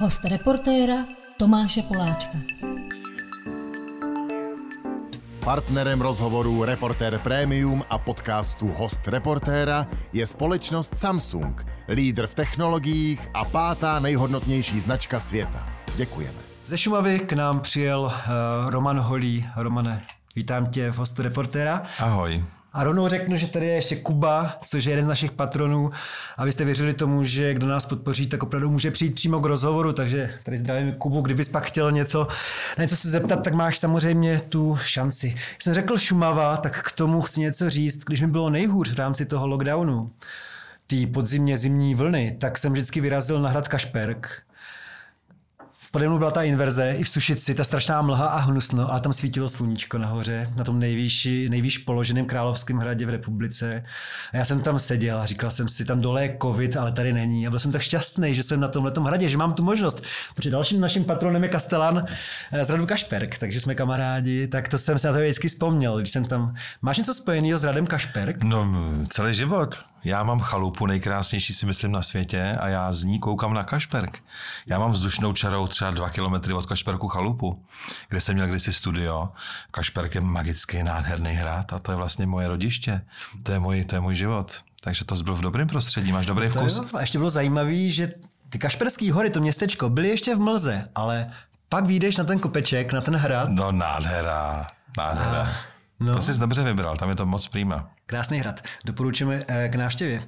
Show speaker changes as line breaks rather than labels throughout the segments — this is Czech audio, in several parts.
Host reportéra Tomáše Poláčka.
Partnerem rozhovoru Reportér Premium a podcastu Host reportéra je společnost Samsung, lídr v technologiích a pátá nejhodnotnější značka světa. Děkujeme.
Ze Šumavy k nám přijel Roman Holý. Romane, vítám tě v Hostu reportéra.
Ahoj.
A rovnou řeknu, že tady je ještě Kuba, což je jeden z našich patronů. Abyste věřili tomu, že kdo nás podpoří, tak opravdu může přijít přímo k rozhovoru, takže tady zdravím Kubu. Kdybys pak chtěl něco se zeptat, tak máš samozřejmě tu šanci. Když jsem řekl Šumava, tak k tomu chci něco říct. Když mi bylo nejhůř v rámci toho lockdownu, té podzimně zimní vlny, tak jsem vždycky vyrazil na hrad Kašperk. Pode mnou byla ta inverze, i v Sušici, ta strašná mlha a hnusno, ale tam svítilo sluníčko nahoře, na tom nejvýš položeném královském hradě v republice. A já jsem tam seděl a říkal jsem si, tam dole je covid, ale tady není. A byl jsem tak šťastný, že jsem na tomhletom hradě, že mám tu možnost. Protože dalším naším patronem je Kastelan z hradu Kašperk, takže jsme kamarádi, tak to jsem se na to vždycky vzpomněl, když jsem tam. Máš něco spojeného s hradem Kašperk?
No, celý život. Já mám chalupu, nejkrásnější si myslím na světě, a já z ní koukám na Kašperk. Já mám vzdušnou čarou třeba 2 kilometry od Kašperku chalupu, kde jsem měl kdysi studio. Kašperk je magický, nádherný hrad a to je vlastně moje rodiště. To je můj život. Takže to byl v dobrém prostředí, máš dobrý vkus.
Jo. A ještě bylo zajímavý, že ty Kašperský hory, to městečko, byly ještě v mlze, ale pak vyjdeš na ten kopeček, na ten hrad.
No, nádhera. No. To jsi dobře vybral, tam je to moc prima.
Krásný hrad, doporučujeme k návštěvě.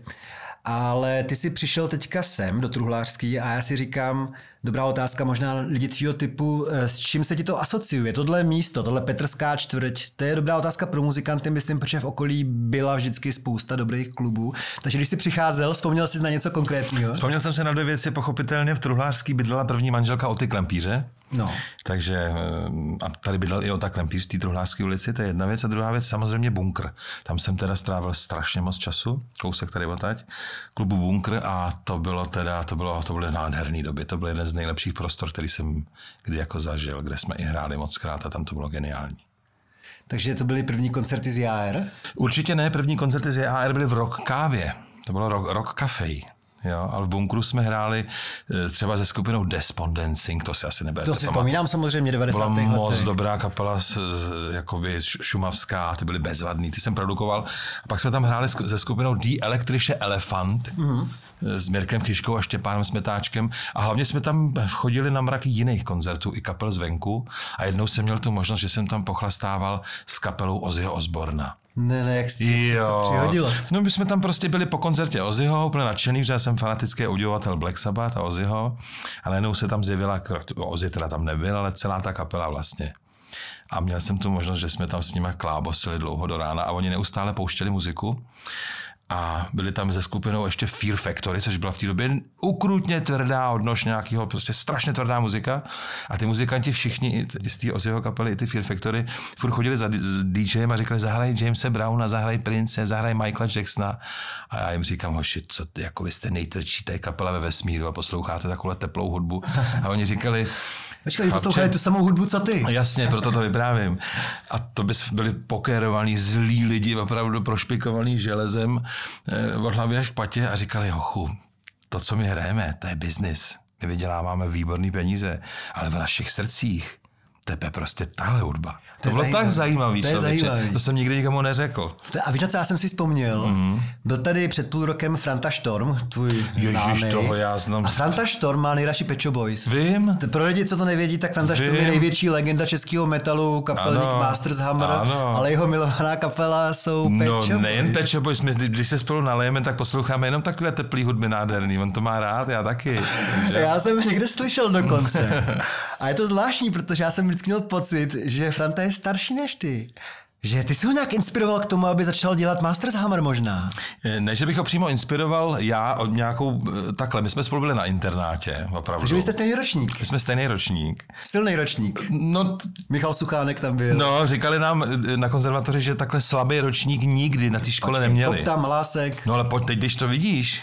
Ale ty jsi přišel teďka sem do Truhlářský a já si říkám, dobrá otázka, možná lidi tvýho typu, s čím se ti to asociuje? Tohle místo, tohle Petrská čtvrť, to je dobrá otázka pro muzikanty, myslím, protože v okolí byla vždycky spousta dobrých klubů. Takže když jsi přicházel, vzpomněl jsi na něco konkrétního?
Vzpomněl jsem se na 2 věci, pochopitelně v Truhlářský bydlela první manželka Oty Klempíře.
No.
Takže a tady bydlel i Ota Klempíř v té Truhlářské ulici, to je jedna věc. A druhá věc, samozřejmě Bunkr. Tam jsem teda strávil strašně moc času, kousek tady odtať, klubu Bunkr, a to byly nádherný doby. To byl jeden z nejlepších prostor, který jsem kdy jako zažil, kde jsme i hráli mockrát a tam to bylo geniální.
Takže to byly první koncerty z JAR?
Určitě ne, první koncerty z JAR byly v Rock Kávě. To bylo Rock Café. Jo, ale v Bunkru jsme hráli třeba se skupinou Despondencing, to si asi nebudete
pamatovat. To si vzpomínám samozřejmě 90.
Byla
letech.
Moc dobrá kapela, jakoby šumavská, ty byly bezvadný, ty jsem produkoval. A pak jsme tam hráli se skupinou Die Elektrische Elefant, s Mirkem Chyškou a Štěpánem Smetáčkem, a hlavně jsme tam chodili na mraky jiných koncertů, i kapel zvenku, a jednou jsem měl tu možnost, že jsem tam pochlastával s kapelou Ozzyho Osborna.
Ne, jak si to přihodilo.
No, my jsme tam prostě byli po koncertě Ozzyho, úplně nadšený, že já jsem fanatický udivovatel Black Sabbath a Ozzyho, ale jednou se tam zjevila, Ozzy teda tam nebyl, ale celá ta kapela vlastně. A měl jsem tu možnost, že jsme tam s nima klábosili dlouho do rána a oni neustále pouštěli muziku. A byli tam ze skupinou ještě Fear Factory, což byla v té době ukrutně tvrdá odnož nějakého, prostě strašně tvrdá muzika. A ty muzikanti všichni i z té Ozzyho kapely, i ty Fear Factory, furt chodili za DJem a říkali, zahraj Jamese Browna, zahraj Prince, zahraj Michaela Jacksona. A já jim říkám, hoši, co jako vy jste nejtvrdší té kapela ve vesmíru a posloucháte takovou teplou hudbu. A oni říkali,
počkej, poslouchali tu samou hudbu, co ty.
Jasně, proto to vyprávím. A to by byli pokérovaní zlí lidi, opravdu prošpikovaný železem od hlavy až k patě, a říkali, hochu, to, co my hrajeme, to je biznis. My vyděláváme výborný peníze, ale v našich srdcích tebe prostě tahle hudba. To bylo tak zajímavý, člověče. To jsem nikdy nikomu neřekl.
A víš, na co já jsem si vzpomněl? Byl tady před půl rokem Franta Štorm, tvůj známý.
Toho já znám.
A Franta Štorm má nejradši Pet Shop Boys.
Vím.
Pro lidi, co to nevědí, tak Franta Štorm je největší legenda českého metalu, kapelník Masters Hammer, ale jeho milovaná kapela jsou Pet Shop Boys.
No, nejen Pet Shop Boys, když se spolu nalejeme, tak posloucháme jenom takové teplý hudby nádherný. On to má rád, já taky.
Já jsem někde slyšel dokonce. A je to zvláštní, protože já jsem vždycky měl pocit, že Franta je starší než ty. Že ty jsi ho nějak inspiroval k tomu, aby začal dělat Masters Hammer možná?
Ne, že bych ho přímo inspiroval, já od nějakou, takhle, my jsme spolu byli na internátě, opravdu.
Takže vy jste stejný ročník?
My jsme stejný ročník.
Silný ročník.
No,
Michal Suchánek tam byl.
No, říkali nám na konzervatoři, že takhle slabý ročník nikdy na té škole neměli.
Tam Hlásek.
No ale pojď teď, když to vidíš,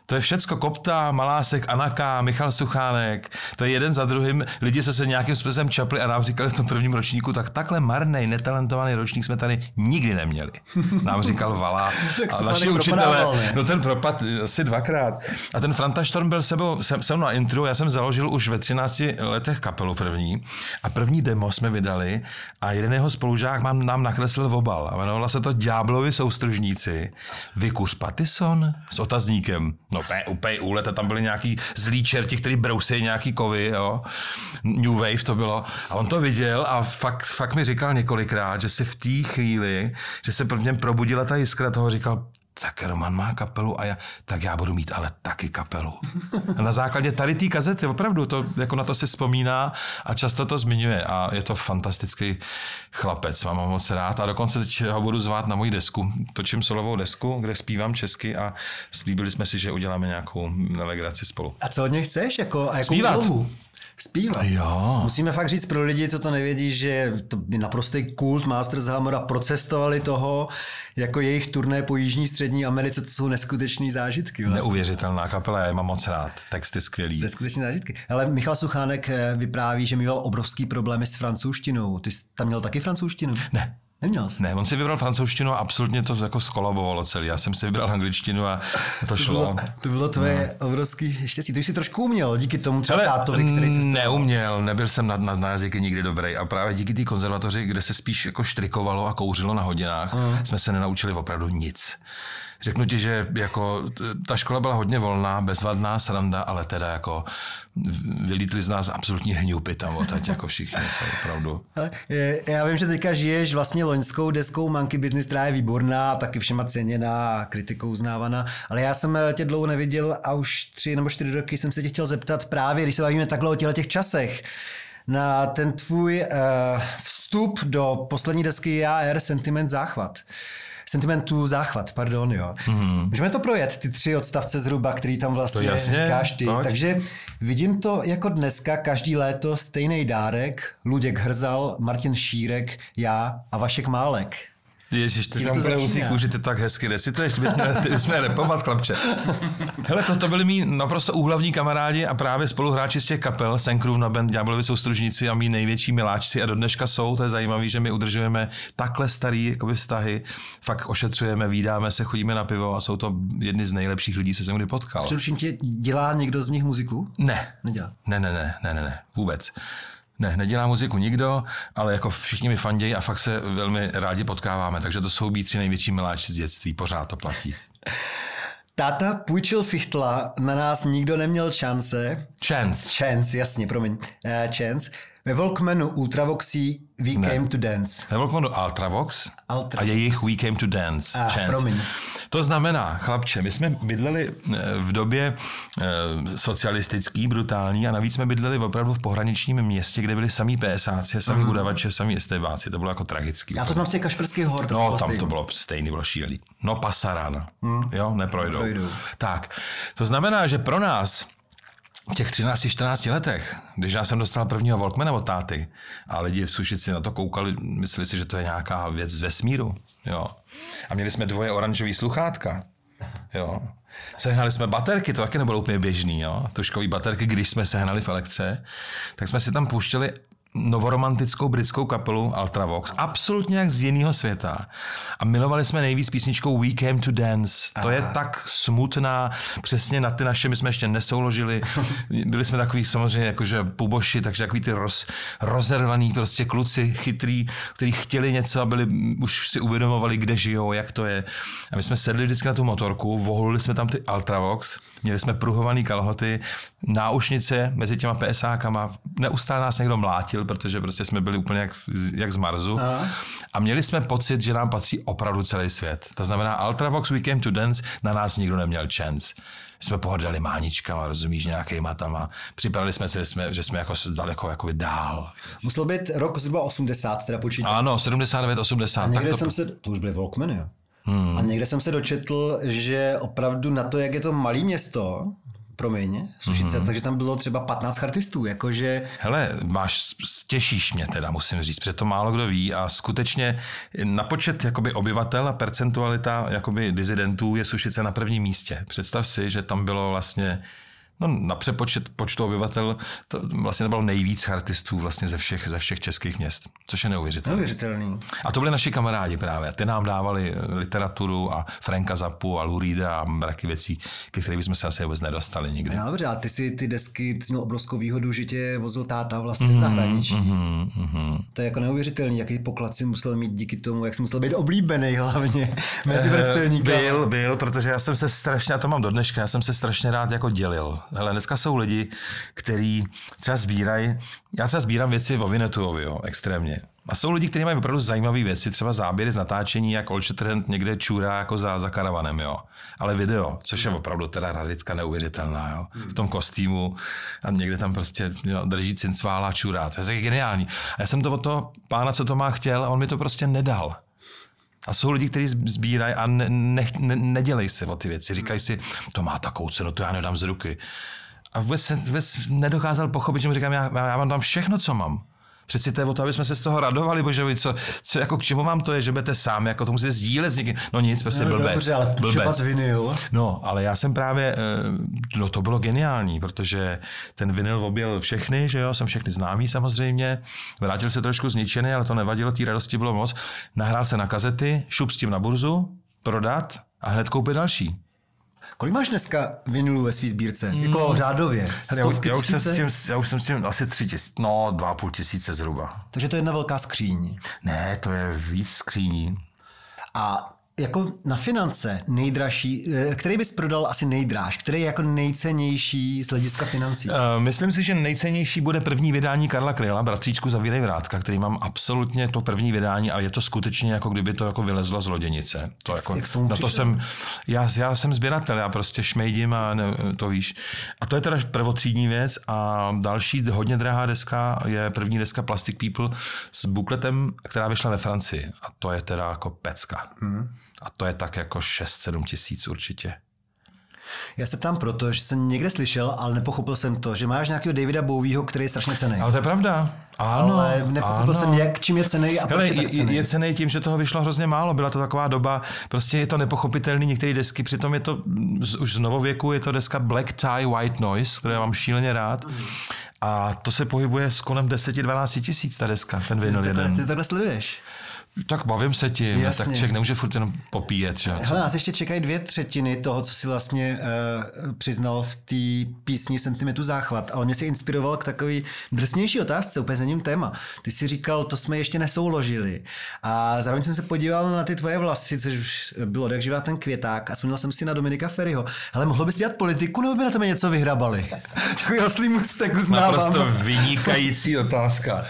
To je všecko Kopta, Malásek, Anaka, Michal Suchánek, to je jeden za druhým. Lidi, co se nějakým způsobem čapli a nám říkali v tom prvním ročníku, tak takhle marnej, netalentovaný ročník jsme tady nikdy neměli. Nám říkal Vala a naši učitelé. No ten propad asi 2krát. A ten Franta Štorm byl se mnou na intru, já jsem založil už ve 13 letech kapelu první a první demo jsme vydali a jeden jeho spolužák nám nakreslil obal a jmenovala se to Ďáblovi soustružníci. Vykuř Patison s otazníkem. No úplně úlete, tam byli nějaký zlí čerti, který brousejí nějaký kovy, jo. New Wave to bylo. A on to viděl a fakt mi říkal několikrát, že si v té chvíli, že se v něm probudila ta jiskra, toho říkal, tak Roman má kapelu a tak já budu mít ale taky kapelu. A na základě tady té kazety, opravdu, to, jako na to si vzpomíná a často to zmiňuje a je to fantastický chlapec, mám ho moc rád a dokonce teď ho budu zvát na moji desku. Točím solovou desku, kde zpívám česky a slíbili jsme si, že uděláme nějakou legraci spolu.
A co od něj chceš? Jakou
zpívat.
Zpívat.
Jo.
Musíme fakt říct pro lidi, co to nevědí, že to je naprostý kult Masters Hamora, procestovali toho, jako jejich turné po Jižní střední Americe, to jsou neskutečný zážitky. Vlastně.
Neuvěřitelná kapela, já ji mám moc rád, texty skvělý.
Neskutečný zážitky. Ale Michal Suchánek vypráví, že měl obrovský problémy s francouzštinou. Ty jsi tam měl taky francouzštinu?
Ne.
Neměl jsi?
Ne, on si vybral francouzštinu a absolutně to jako skolabovalo celý. Já jsem si vybral angličtinu a to šlo.
To bylo tvoje obrovský štěstí. Ty jsi trošku uměl, díky tomu třeba tátovi, který cestoval.
Neuměl, nebyl jsem na jazyky nikdy dobrý a právě díky té konzervatoři, kde se spíš jako štrikovalo a kouřilo na hodinách, jsme se nenaučili opravdu nic. Řeknu ti, že jako ta škola byla hodně volná, bezvadná sranda, ale teda jako vylítli z nás absolutní hňupy tam odtaď jako všichni, to je opravdu.
Já vím, že teďka žiješ vlastně loňskou deskou Monkey Business, která je výborná, taky všema ceněná, kritikou uznávaná, ale já jsem tě dlouho neviděl a už 3 nebo 4 roky jsem se tě chtěl zeptat právě, když se bavíme takhle o těch časech, na ten tvůj vstup do poslední desky AR Sentimentu záchvat, pardon, jo. Můžeme to projet, ty 3 odstavce zhruba, který tam vlastně říkáš ty. Pojď. Takže vidím to jako dneska, každý léto stejný dárek, Luděk Hrzal, Martin Šírek, já a Vašek Málek.
Ježiš, ty tam musí kůžit, ty tak hezky recituješ, ty bys měl repovat, chlapče. Hele, to byli mý naprosto úhlavní kamarádi a právě spoluhráči z těch kapel, Senkrův na band, Ďáblovi soustružníci a mý největší miláčci a do dneška jsou, to je zajímavý, že my udržujeme takhle starý jakoby vztahy, fakt ošetřujeme, vídáme se, chodíme na pivo a jsou to jedni z nejlepších lidí, co jsem kdy potkal.
Přeruším tě, dělá někdo z nich muziku?
Ne.
Nedělá?
Ne, vůbec. Ne, nedělá muziku nikdo, ale jako všichni mi fandějí a fakt se velmi rádi potkáváme, takže to jsou 3 největší miláčci z dětství, pořád to platí.
Táta půjčil fichtla, na nás nikdo neměl šance. Chance, jasně, promiň. Chance. Ve Walkmanu Ultravoxí We Came to Dance.
Ve Walkmanu Ultravox a jejich We Came to Dance.
Promiň.
To znamená, chlapče, my jsme bydleli v době socialistický, brutální a navíc jsme bydleli opravdu v pohraničním městě, kde byli samý PSáci, samý udavače, samý estébáci. To bylo jako tragický.
Já to znám z těch Kašperských hor.
No, tam to bylo stejný, bylo šílený. No, Pasarán. Jo, neprojdou. Tak, to znamená, že pro nás v těch 13-14 letech, když já jsem dostal prvního Walkmana od táty a lidi v Sušici na to koukali, mysleli si, že to je nějaká věc z vesmíru. Jo. A měli jsme 2 oranžový sluchátka. Jo. Sehnali jsme baterky, to taky nebylo úplně běžný. Jo. Tužkový baterky, když jsme sehnali v Elektře, tak jsme si tam pouštěli novoromantickou britskou kapelu Ultravox, absolutně jak z jiného světa. A milovali jsme nejvíc písničkou We Came to Dance. To je tak smutná, přesně na ty naše, my jsme ještě nesouložili. Byli jsme takový samozřejmě jakože puboši, takže takový ty rozervaný prostě kluci chytrý, kteří chtěli něco a už si uvědomovali, kde žijou, jak to je. A my jsme sedli vždycky na tu motorku, voholili jsme tam ty Ultravox, měli jsme pruhovaný kalhoty, náušnice mezi těma PSákama, neustále nás někdo mlátil, protože prostě jsme byli úplně jak z Marsu. A měli jsme pocit, že nám patří opravdu celý svět. To znamená Ultravox We Came to Dance, na nás nikdo neměl chance. Jsme pohrdali máničkama, rozumíš, nějakýma tam a připravili jsme se, že jsme jako daleko jakoby dál.
Musel být rok zhruba 80, teda počítat.
Ano, 79, 80.
A někde to už byly Walkmany, jo. A někde jsem se dočetl, že opravdu na to, jak je to malý město, Promiň, Sušice, takže tam bylo třeba 15 chartistů, jakože...
Hele, těšíš mě teda, musím říct, protože to málo kdo ví a skutečně na počet jakoby obyvatel a percentualita jakoby dizidentů je Sušice na prvním místě. Představ si, že tam bylo vlastně na přepočet počtu obyvatel to vlastně bylo nejvíc chartistů vlastně ze všech českých měst, což je neuvěřitelný. A to byli naši kamarádi právě. Ty nám dávali literaturu a Franka Zappu a Lou Reeda a mraky věcí, ke kterým bychom se asi vůbec nedostali nikdy.
No dobře, a ty si ty desky, ty jsi měl obrovskou výhodu, že tě vozil táta vlastně z zahraničí. To je jako neuvěřitelný, jaký poklad si musel mít díky tomu, jak jsi musel být oblíbený hlavně mezi vrstevníky.
Byl, protože já jsem se strašně, a to mám do dneška, já jsem se strašně rád jako dělil. Hele, dneska jsou lidi, kteří třeba sbírají, já třeba sbírám věci o Vinetuovi, extrémně. A jsou lidi, kteří mají opravdu zajímavé věci, třeba záběry z natáčení, jak Old Shatterhand někde čůrá jako za karavanem, jo. Ale video, což je opravdu teda raritka neuvěřitelná, jo. V tom kostýmu a někde tam prostě drží cincvála a čůrá. To je geniální. A já jsem to od toho pána, co to má, chtěl a on mi to prostě nedal. A jsou lidi, kteří sbírají a nedělej se o ty věci. Říkají si, to má takovou cenu, to já nedám z ruky. A vůbec nedokázal pochopit, že mu říkám, já vám dám všechno, co mám. Přeci to je o to, aby jsme se z toho radovali, bože, co jako k čemu vám to je, že budete sám, jako to musíte sdílet s někým. No nic, prostě blbec.
Dobře, ale blbec. Vinyl.
No, ale já jsem právě, to bylo geniální, protože ten vinyl objel všechny, že jo, jsem všechny známý samozřejmě, vrátil se trošku zničený, ale to nevadilo, té radosti bylo moc. Nahrál se na kazety, šup s tím na burzu, prodat a hned koupit další.
Kolik máš dneska vinylů ve svý sbírce? Jako řádově?
Já už jsem s tím asi 2,5 tisíce zhruba.
Takže to je jedna velká skříň.
Ne, to je víc skříní.
A jako na finance nejdražší, který bys prodal asi nejdráž, který je jako nejcennější z hlediska financí?
Myslím si, že nejcennější bude první vydání Karla Kryla, Bratříčku zavírej vrátka, který mám absolutně to první vydání a je to skutečně jako kdyby to jako vylezlo z loděnice. To jako, na to jsem, já jsem sběratel, já prostě šmejdím a to víš. A to je teda prvotřídní věc a další hodně drahá deska je první deska Plastic People s bukletem, která vyšla ve Francii a to je teda jako pecka. A to je tak jako 6-7 tisíc určitě.
Já se ptám proto, že jsem někde slyšel, ale nepochopil jsem to, že máš nějakého Davida Bowieho, který je strašně cenný.
Ale to je pravda. Ano,
ale nepochopil jsem, čím je cenný a proč je tak cenný.
Je cenný tím, že toho vyšlo hrozně málo. Byla to taková doba, prostě je to nepochopitelný některé desky, přitom je to už z novověku, je to deska Black Tie White Noise, které mám šíleně rád. A to se pohybuje s kolem 10-12 tisíc ta deska, ten vinyl jeden.
Ty takhle sleduješ?
Tak bavím se tím, tak člověk nemůže furt jenom popíjet. Že?
Hele, nás ještě čekají 2/3 toho, co si vlastně přiznal v té písni Sentimentu záchvat, ale mě se inspiroval k takový drsnější otázce, úplně za ním téma. Ty si říkal, to jsme ještě nesouložili. A zároveň jsem se podíval na ty tvoje vlasy, což už bylo jak živá ten květák a vzpomněl jsem si na Dominika Ferryho. Ale mohlo bys dělat politiku, nebo by na tebe něco vyhrabali? Takový oslý můstek uznávám.
Naprosto vynikající otázka.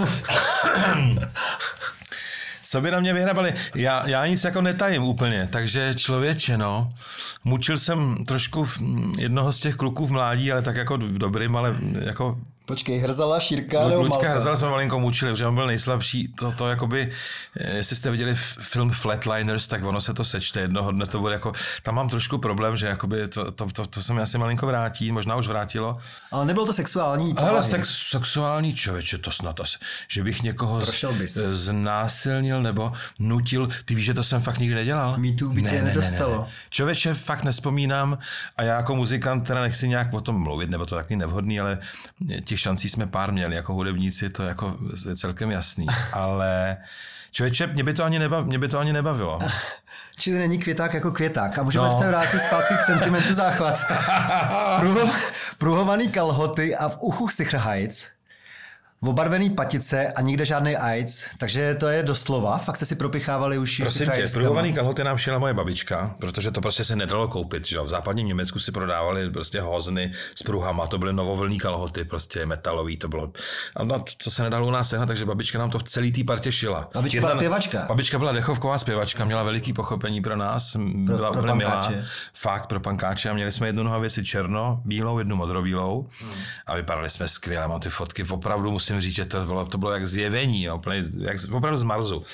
Co by na mě vyhrabali? Já nic jako netajím úplně, takže člověče, no. Mučil jsem trošku jednoho z těch kluků v mládí, ale tak jako v dobrým, ale jako...
Počkej, Hrzala, Šírka nebo Malka?
Hrzala jsme malinko mučili, protože on byl nejslabší. To jakoby, jestli jste viděli film Flatliners, tak ono se to sečte jednoho dne, to bude jako, tam mám trošku problém, že jakoby to se mi asi malinko vrátí, možná už vrátilo.
Ale nebylo to sexuální?
Ale sexuální člověče, to snad asi, že bych někoho znásilnil nebo nutil, ty víš, že to jsem fakt nikdy nedělal?
MeToo by tě nedostalo.
Ne. Člověče, fakt nespomínám a já jako muzikant teda nechci nějak o tom mluvit, nebo to takový nevhodný, ale těch šancí jsme pár měli, jako hudebníci, to jako je celkem jasný, ale člověče, mě by to ani nebavilo.
Čili není květák jako květák. A můžeme se vrátit zpátky k Sentimentu záchvat. Pruhovaný kalhoty a v uchu sichrhajc, obarvený patice a nikde žádný AIDS, takže to je doslova, fakt jste si propichávali uši.
Prosím tě, pruhovaný kalhoty nám šila moje babička, protože to prostě se nedalo koupit, že jo. V západním Německu si prodávali prostě hozny s pruhama, to byly novovlnný kalhoty, prostě metalový to bylo. A no, to se nedalo u nás sehnat, takže babička nám to v celý té partě šila.
Babička byla zpěvačka.
Babička byla dechovková zpěvačka, měla veliký pochopení pro nás, byla úplně milá. Fakt pro pankáče a měli jsme jednu nohavěsi černo-bílou, jednu modrobílou a vypadali jsme skvěle, mám ty fotky, opravdu musím říct, že to bylo jak zjevení, jo, jak opravdu z Marsu.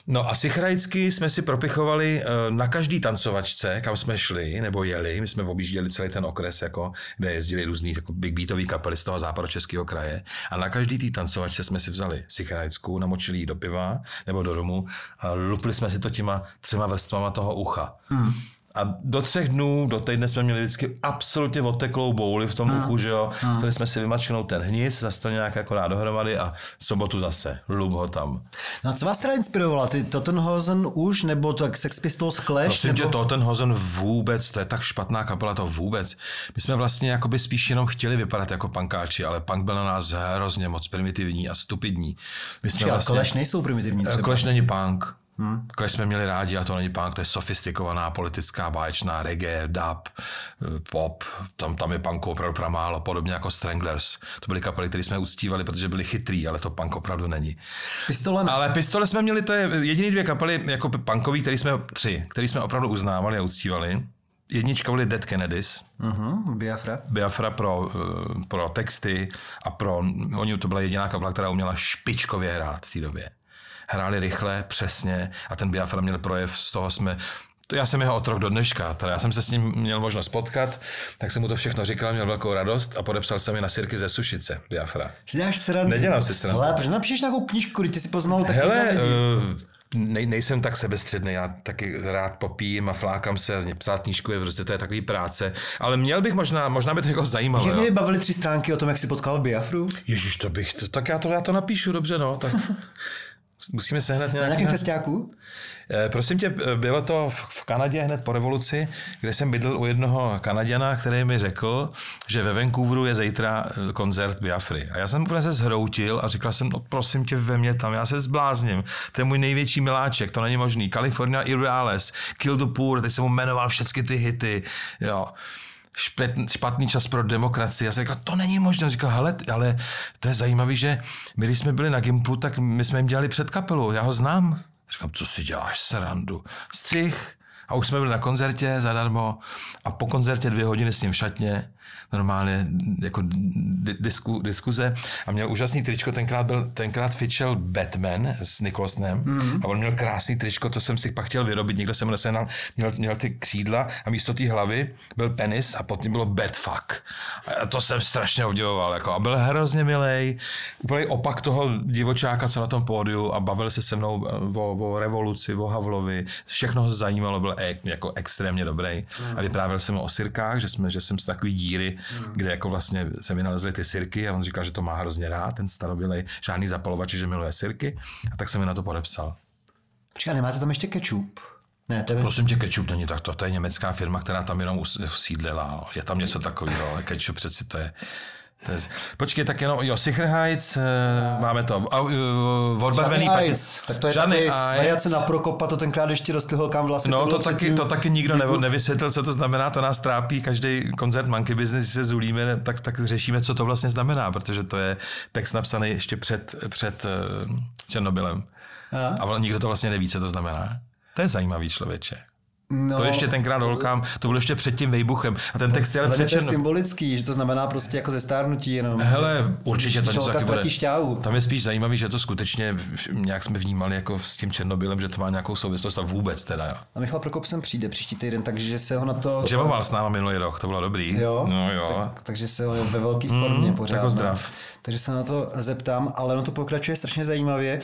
No a sichrajsky jsme si propichovali na každý tancovačce, kam jsme šli nebo jeli. My jsme objížděli celý ten okres, jako, kde jezdili různý jako big beatový kapely z toho západočeského kraje. A na každý té tancovačce jsme si vzali sichrajsku, namočili ji do piva nebo do rumu a lupli jsme si to těma 3 vrstvama toho ucha. A do 3 dnů, do týdne jsme měli vždycky absolutně odteklou bouli v tom uchu, že jo. Chtěli jsme si vymačknout ten hnis, zase to nějak jako dát dohromady a v sobotu zase, lub ho tam.
No a co vás teda inspirovala? Ty Tottenhausen už, nebo to Sex Pistols Clash?
Prosím tě, Tottenhausen vůbec, to je tak špatná kapela, to vůbec. My jsme vlastně jakoby spíš jenom chtěli vypadat jako punkáči, ale punk byl na nás hrozně moc primitivní a stupidní. My jsme
vlastně... Clash nejsou primitivní třeba.
Clash není punk. Clash jsme měli rádi, a to není punk, to je sofistikovaná politická báječná reggae, dub, pop, tam je punku opravdu pramálo, podobně jako Stranglers. To byly kapely, které jsme uctívali, protože byly chytrý, ale to punk opravdu není. Ale Pistole jsme měli, to je jediný 2 kapely jako punkový, který jsme opravdu uznávali a uctívali. Jednička byly Dead Kennedys. Biafra pro texty a oni to byla jediná kapela, která uměla špičkově hrát v té době. Hráli rychle, přesně a ten Biafra měl projev, z toho já jsem jeho otrok do dneška, teda já jsem se s ním měl možnost potkat, tak jsem mu to všechno říkal, měl velkou radost a podepsal jsem ji na Sirky ze Sušice, Biafra.
Si děláš srandu?
Nedělám si srandu.
Hele, proč napíšeš nějakou knížku, když ty si poznal taky
nejsem tak sebestředný, já taky rád popím a flákám se, psát knížku je prostě, to je takový práce, ale měl bych možná by to někoho zajímalo.
Že mě bavili 3 stránky o tom, jak si potkal Biafru?
Ježiš, tak já to napíšu, dobře, no, tak... Musíme sehnat
nějaký... Na nějakém festiáku?
Prosím tě, bylo to v Kanadě hned po revoluci, kde jsem bydlel u jednoho Kanaděna, který mi řekl, že ve Vancouveru je zítra koncert Biafry. A já jsem úplně se zhroutil a říkal jsem, no prosím tě, ve mě tam, já se zblázním. To je můj největší miláček, to není možný. California Irreales, Kill the Poor, teď jsem mu jmenoval všechny ty hity, jo. Špatný čas pro demokracii. Já jsem říkal, to není možné. Říkal, hele, ale to je zajímavé, že my, když jsme byli na Gimplu, tak my jsme jim dělali před kapelu. Já ho znám. Říkám, co si děláš, srandu? Střih. A už jsme byli na koncertě zadarmo a po koncertě 2 hodiny s ním v šatně, normálně jako diskuze a měl úžasný tričko, tenkrát fičel Batman s Nicholsonem a on měl krásný tričko, to jsem si pak chtěl vyrobit, někdo jsem nesehnal, měl ty křídla a místo té hlavy byl penis a pod tím bylo Batfuck. A to jsem strašně obdivoval, jako, a byl hrozně milej, úplný opak toho divočáka, co na tom pódiu a bavil se se mnou o revoluci, o Havlovi, všechno ho zajímalo, byl jako extrémně dobrý a vyprávěl jsem o sirkách, že jsem z takový díry, kde jako vlastně se mi nalezly ty sirky a on říkal, že to má hrozně rád, ten starobylej, žádný zapalovač, že miluje sirky a tak jsem mi na to podepsal.
Počkej, nemáte tam ještě kečup? Ne, to je...
Prosím tě, kečup není tak, to je německá firma, která tam jenom usídlila, je tam něco takového, ale kečup přeci to je... Počkej, tak jenom, Sicher Heights, máme to. Odbarvený
paket. Tak to je takový variace na Prokopa, to tenkrát ještě roztyhl kam vlastně.
No, to taky nikdo nevysvětlil, co to znamená, to nás trápí, každý koncert Monkey Business, se zulíme, tak řešíme, co to vlastně znamená, protože to je text napsaný ještě před Černobylem. A nikdo to vlastně neví, co to znamená. To je zajímavý, člověče. No, to ještě tenkrát holkám, to bylo ještě před tím výbuchem. A ten text je ale
před Černobylem. To je symbolický, že to znamená prostě jako zestárnutí jenom.
Hele, určitě to něco taky bude.
Šťávu.
Tam je spíš zajímavý, že to skutečně nějak jsme vnímali jako s tím Černobylem, že to má nějakou souvislost a vůbec teda. Jo.
A Michal Prokop sem přijde příští týden, takže se ho na to...
Džemoval s náma minulý rok, to bylo dobrý.
Jo?
No jo.
Takže se ho ve velké formě pořád.
Jako zdrav.
Takže se na to zeptám, ale ono to pokračuje strašně zajímavě.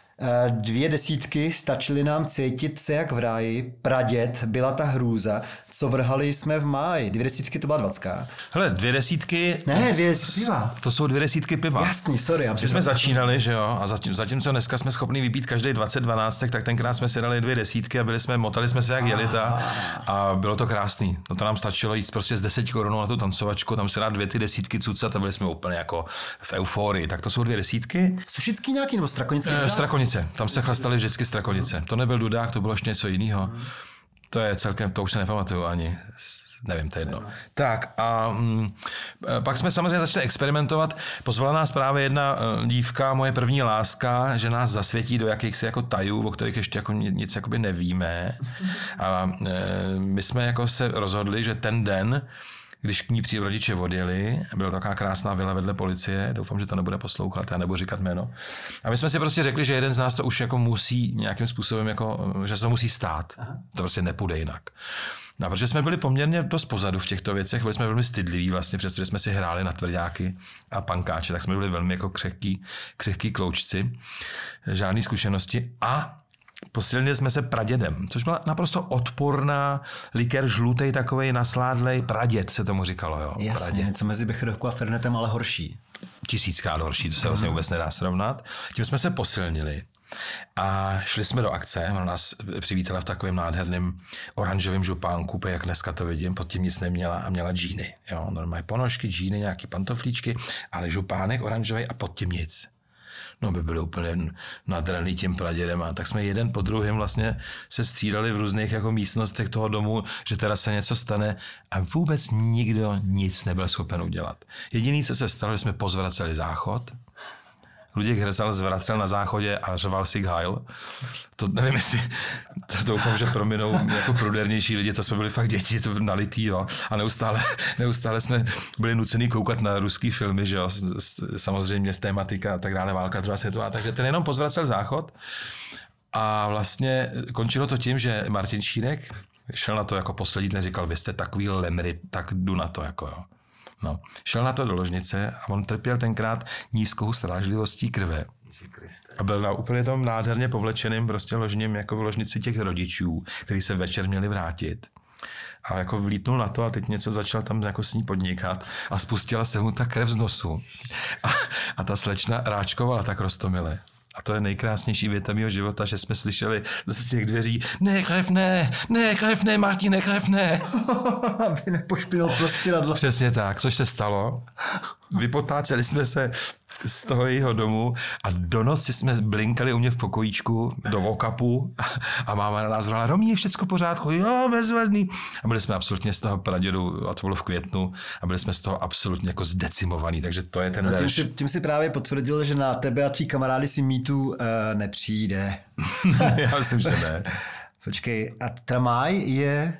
2 desítky stačily nám cítit se jak v ráji, pradět byla ta hrůza, co vrhali jsme v máji. 2 desítky to byla 20.
Hele, 2 desítky...
Ne, 2 desítky piva.
To jsou 2 desítky piva.
Jasný, sorry.
My jsme začínali, že jo, a zatímco dneska jsme schopni vypít každý 20 tak tenkrát jsme si dali 2 desítky a motali jsme se jak jelita a bylo to krásný. No to nám stačilo jít prostě z 10 korun na tu tancovačku, tam se dát 2 ty desítky cucat a byli jsme úplně jako v euforii. Tak to jsou 2 desítky.
Sušický nějaký nebo Strakonický?
Strakonice. Tam se chlastali vždycky Strakonice. To nebyl Dudák, to bylo ještě něco jiného. To je celkem, to už se nepamatuju ani, nevím, to je jedno. Tak a pak jsme samozřejmě začali experimentovat. Pozvala nás právě jedna dívka, moje první láska, že nás zasvětí do jakýchsi jako tajů, o kterých ještě jako nic jakoby nevíme. A my jsme jako se rozhodli, že ten den když k ní rodiče odjeli, byla taková krásná vila vedle policie, doufám, že to nebude poslouchat, já nebudu říkat jméno. A my jsme si prostě řekli, že jeden z nás to už jako musí nějakým způsobem, jako, že se to musí stát. Aha. To prostě nepůjde jinak. No, protože jsme byli poměrně dost pozadu v těchto věcech, byli jsme velmi stydliví vlastně, přestože jsme si hráli na tvrďáky a pankáče, tak jsme byli velmi jako křehký kloučci, žádný zkušenosti a posilnili jsme se pradědem, což byla naprosto odporná, likér žlutej, takovej nasládlej, praděd se tomu říkalo. Jo.
Jasně, něco mezi Becherovkou a Fernetem, ale horší.
1000krát horší, to se vlastně vůbec nedá srovnat. Tím jsme se posilnili a šli jsme do akce, ona nás přivítala v takovém nádherném oranžovém župánku, jak dneska to vidím, pod tím nic neměla a měla džíny. Jo, normálně ponožky, džíny, nějaký pantoflíčky, ale župánek oranžový a pod tím nic. No, by byli úplně nadraný tím pradědem a tak jsme jeden po druhém vlastně se střídali v různých jako místnostech toho domu, že teda se něco stane a vůbec nikdo nic nebyl schopen udělat. Jediný, co se stalo, že jsme pozvraceli záchod. Luděk Hrzal zvracel na záchodě a řval si Heil. To nevím, jestli to doufám, že prominou jako prudernější lidi, to jsme byli fakt děti, to nalitý, jo. A neustále jsme byli nucený koukat na ruský filmy, že jo, samozřejmě z tématika a tak dále, válka druhá světová, takže ten jenom pozvracel záchod a vlastně končilo to tím, že Martin Šírek šel na to jako poslední den, říkal, vy jste takový lemry, tak jdu na to, jako jo. No, šel na to do ložnice a on trpěl tenkrát nízkou srážlivostí krve. A byl na úplně tom nádherně povlečeným prostě ložním jako v ložnici těch rodičů, kteří se večer měli vrátit. A jako vlítnul na to a teď něco začal tam jako s ní podnikat a spustila se mu ta krev z nosu. A ta slečna ráčkovala tak roztomile. A to je nejkrásnější věta mého života, že jsme slyšeli z těch dveří ne, krev ne, Martine, krev ne.
Aby nepošpinul prostěradlo.
Přesně tak, což se stalo. Vypotáceli jsme se z toho jejího domu a do noci jsme blinkali u mě v pokojíčku do okapu a máma na nás říkala, Romí, všecko v pořádku, jo, bezvadný. A byli jsme absolutně z toho pradědu, a to bylo v květnu, a byli jsme z toho absolutně jako zdecimovaný, takže to je ten verš.
Tím si právě potvrdil, že na tebe a tvý kamarády si mýtu nepřijde.
Já myslím, že ne.
Počkej, a Tramáj je...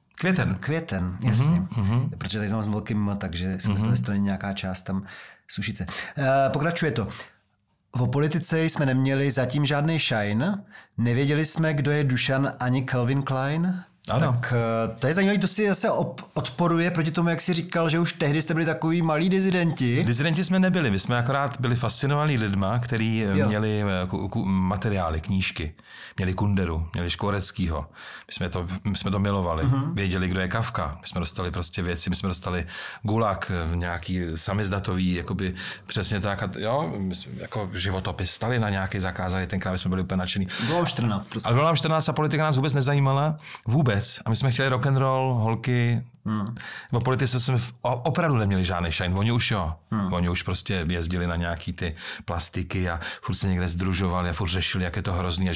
Květen, jasně. Protože tady mám s velkým, takže jsem myslel, že to není nějaká část tam Sušice. Pokračuje to. O politice jsme neměli zatím žádný shine, nevěděli jsme, kdo je Dušan ani Calvin Klein. Ano. Tak to je zajímavé, to si zase odporuje proti tomu, jak jsi říkal, že už tehdy jste byli takový malí dizidenti.
Dizidenti jsme nebyli, my jsme akorát byli fascinovaní lidma, kteří měli materiály, knížky, měli Kunderu, měli Škvoreckýho, my jsme to milovali, věděli, kdo je Kafka, my jsme dostali prostě věci, my jsme dostali Gulag, nějaký samizdatový, jakoby přesně tak, a jo, jako životopis Stalina nějaký zakázali, tenkrát my jsme byli úplně nadšený.
Bylo 14 prostě.
Ale bylo nám 14 a politika nás vůbec nezajímala, vůbec. A my jsme chtěli rock and roll, holky. O politice jsme opravdu neměli žádný shine. Oni už jo. Oni už prostě jezdili na nějaký ty plastiky a furt se někde sdružovali a furt řešili, jak je to hrozný a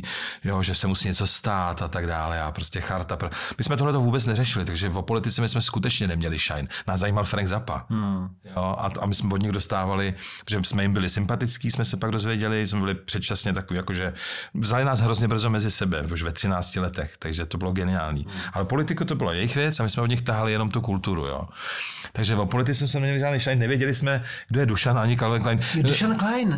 že se musí něco stát a tak dále. A prostě charta. My jsme tohle vůbec neřešili, takže o politice my jsme skutečně neměli shine. Nás zajímal Frank Zappa. Jo, a my jsme od nich dostávali, protože jsme jim byli sympatický, jsme se pak dozvěděli, jsme byli předčasně takový, jakože vzali nás hrozně brzo mezi sebe, už ve 13 letech, takže to bylo geniální. Ale politiku to byla jejich věc a my jsme od nich tahali jenom tu kulturu, jo. Takže o politice jsme neměli žádný shine, nevěděli jsme, kdo je Dušan ani Calvin Klein.
Dušan Klein.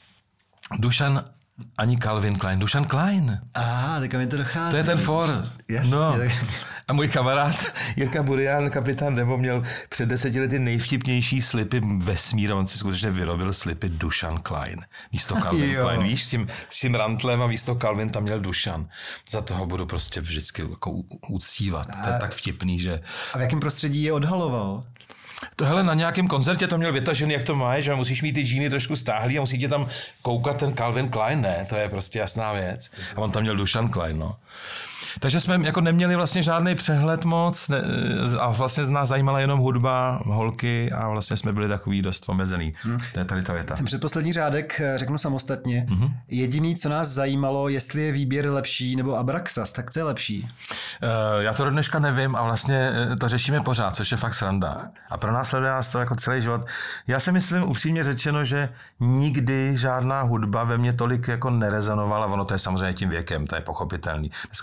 Dušan ani Calvin Klein, Dušan Klein.
Tak mi to dochází.
To je ten for.
Jasně. No.
A můj kamarád Jirka Burian, kapitán Demo, měl před 10 lety nejvtipnější slipy vesmíru. On si skutečně vyrobil slipy Dušan Klein. Místo Calvin Klein. Víš, s tím rantlem a místo Calvin tam měl Dušan. Za toho budu prostě vždycky jako uctívat. To je tak vtipný, že...
A v jakém prostředí je odhaloval?
Tohle na nějakém koncertě to měl vytažený, jak to máš, že musíš mít ty džíny trošku stáhlý a musí tě tam koukat ten Calvin Klein, ne? To je prostě jasná věc. A on tam měl Dušan Klein, no. Takže jsme jako neměli vlastně žádný přehled moc a vlastně z nás zajímala jenom hudba, holky a vlastně jsme byli takový dost omezený. To je tady ta věta.
Ten předposlední řádek řeknu samostatně. Jediný, co nás zajímalo, jestli je výběr lepší nebo Abraxas, tak co je lepší?
Já to do dneška nevím a vlastně to řešíme pořád, což je fakt sranda. A pro nás sleduje nás to jako celý život. Já si myslím upřímně řečeno, že nikdy žádná hudba ve mně tolik jako nerezonovala. Ono to je samozřejmě tím věkem, to je pochopitelný. Dneska už se tě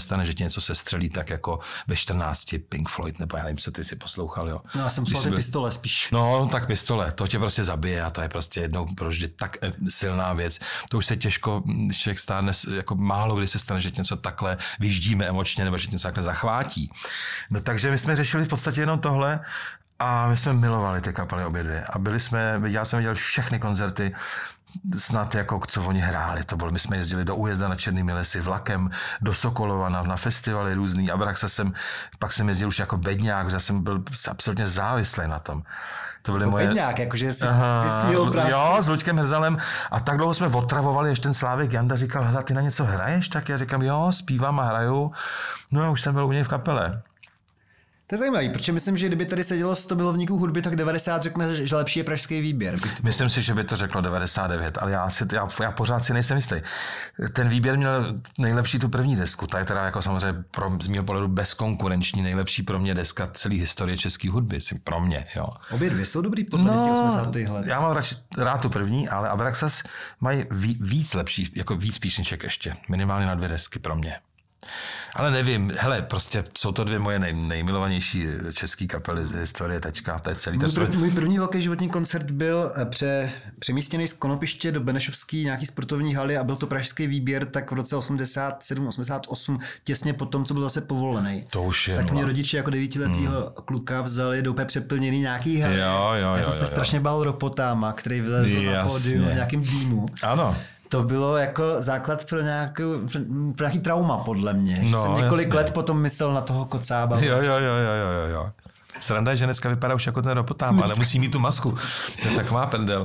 nestane, že ti něco se střelí tak jako ve 14 Pink Floyd, nebo já nevím, co ty si poslouchal, jo.
No já jsem poslouchal pistole spíš.
No, tak pistole, to tě prostě zabije a to je prostě jednou proždy tak silná věc. To už se těžko, když člověk stárne, jako málo kdy se stane, že něco takhle vyždíme emočně, nebo že něco takhle zachvátí. No takže my jsme řešili v podstatě jenom tohle a my jsme milovali ty kapely obě dvě. A já jsem viděl všechny koncerty, snad jako co oni hráli, to bylo, my jsme jezdili do Újezda na Černými lesy vlakem, do Sokolova na festivaly různý, pak jsem jezdil už jako bedňák, že jsem byl absolutně závislý na tom. To byly moje...
Bedňák, jakože jsi vysmíl práci.
Jo, s Luďkem Hrzalem a tak dlouho jsme otravovali, až ten Slávek Janda říkal, hele, ty na něco hraješ? Tak já říkám, jo, zpívám a hraju. No a už jsem byl u něj v kapele.
To je zajímavý, protože myslím, že kdyby tady sedělo 100 milovníků hudby, tak 90 řekne, že lepší je pražský výběr.
Myslím si, že by to řeklo 99, ale já pořád si nejsem jistý. Ten výběr měl nejlepší tu první desku, ta je teda jako samozřejmě z mého pohledu bezkonkurenční, nejlepší pro mě deska celé historie české hudby, pro mě, jo.
Obě dvě jsou dobrý podle 80. let.
Já mám rád tu první, ale Abraxas mají víc lepší, jako víc písniček ještě, minimálně na 2 desky pro mě. Ale nevím, hele, prostě jsou to 2 moje nejmilovanější český kapely z historie, tečka, to je celý.
Můj první velký životní koncert byl přemístěný z Konopiště do Benešovský nějaký sportovní haly a byl to pražský výběr tak v roce 87, 88, těsně po tom, co byl zase povolený.
To už je.
Tak mě rodiče jako 9letýho kluka vzali do úplně přeplněný nějaký haly.
Já
jsem se strašně bál Ropotáma, který vylezl na pódium v nějakým dýmu.
Ano.
To bylo jako základ pro nějaký trauma, podle mě. No, jsem několik let potom myslel na toho kocába.
Jo. Sranda je, že dneska vypadá už jako ten Ropotám, ale musí mít tu masku. To je taková prdel.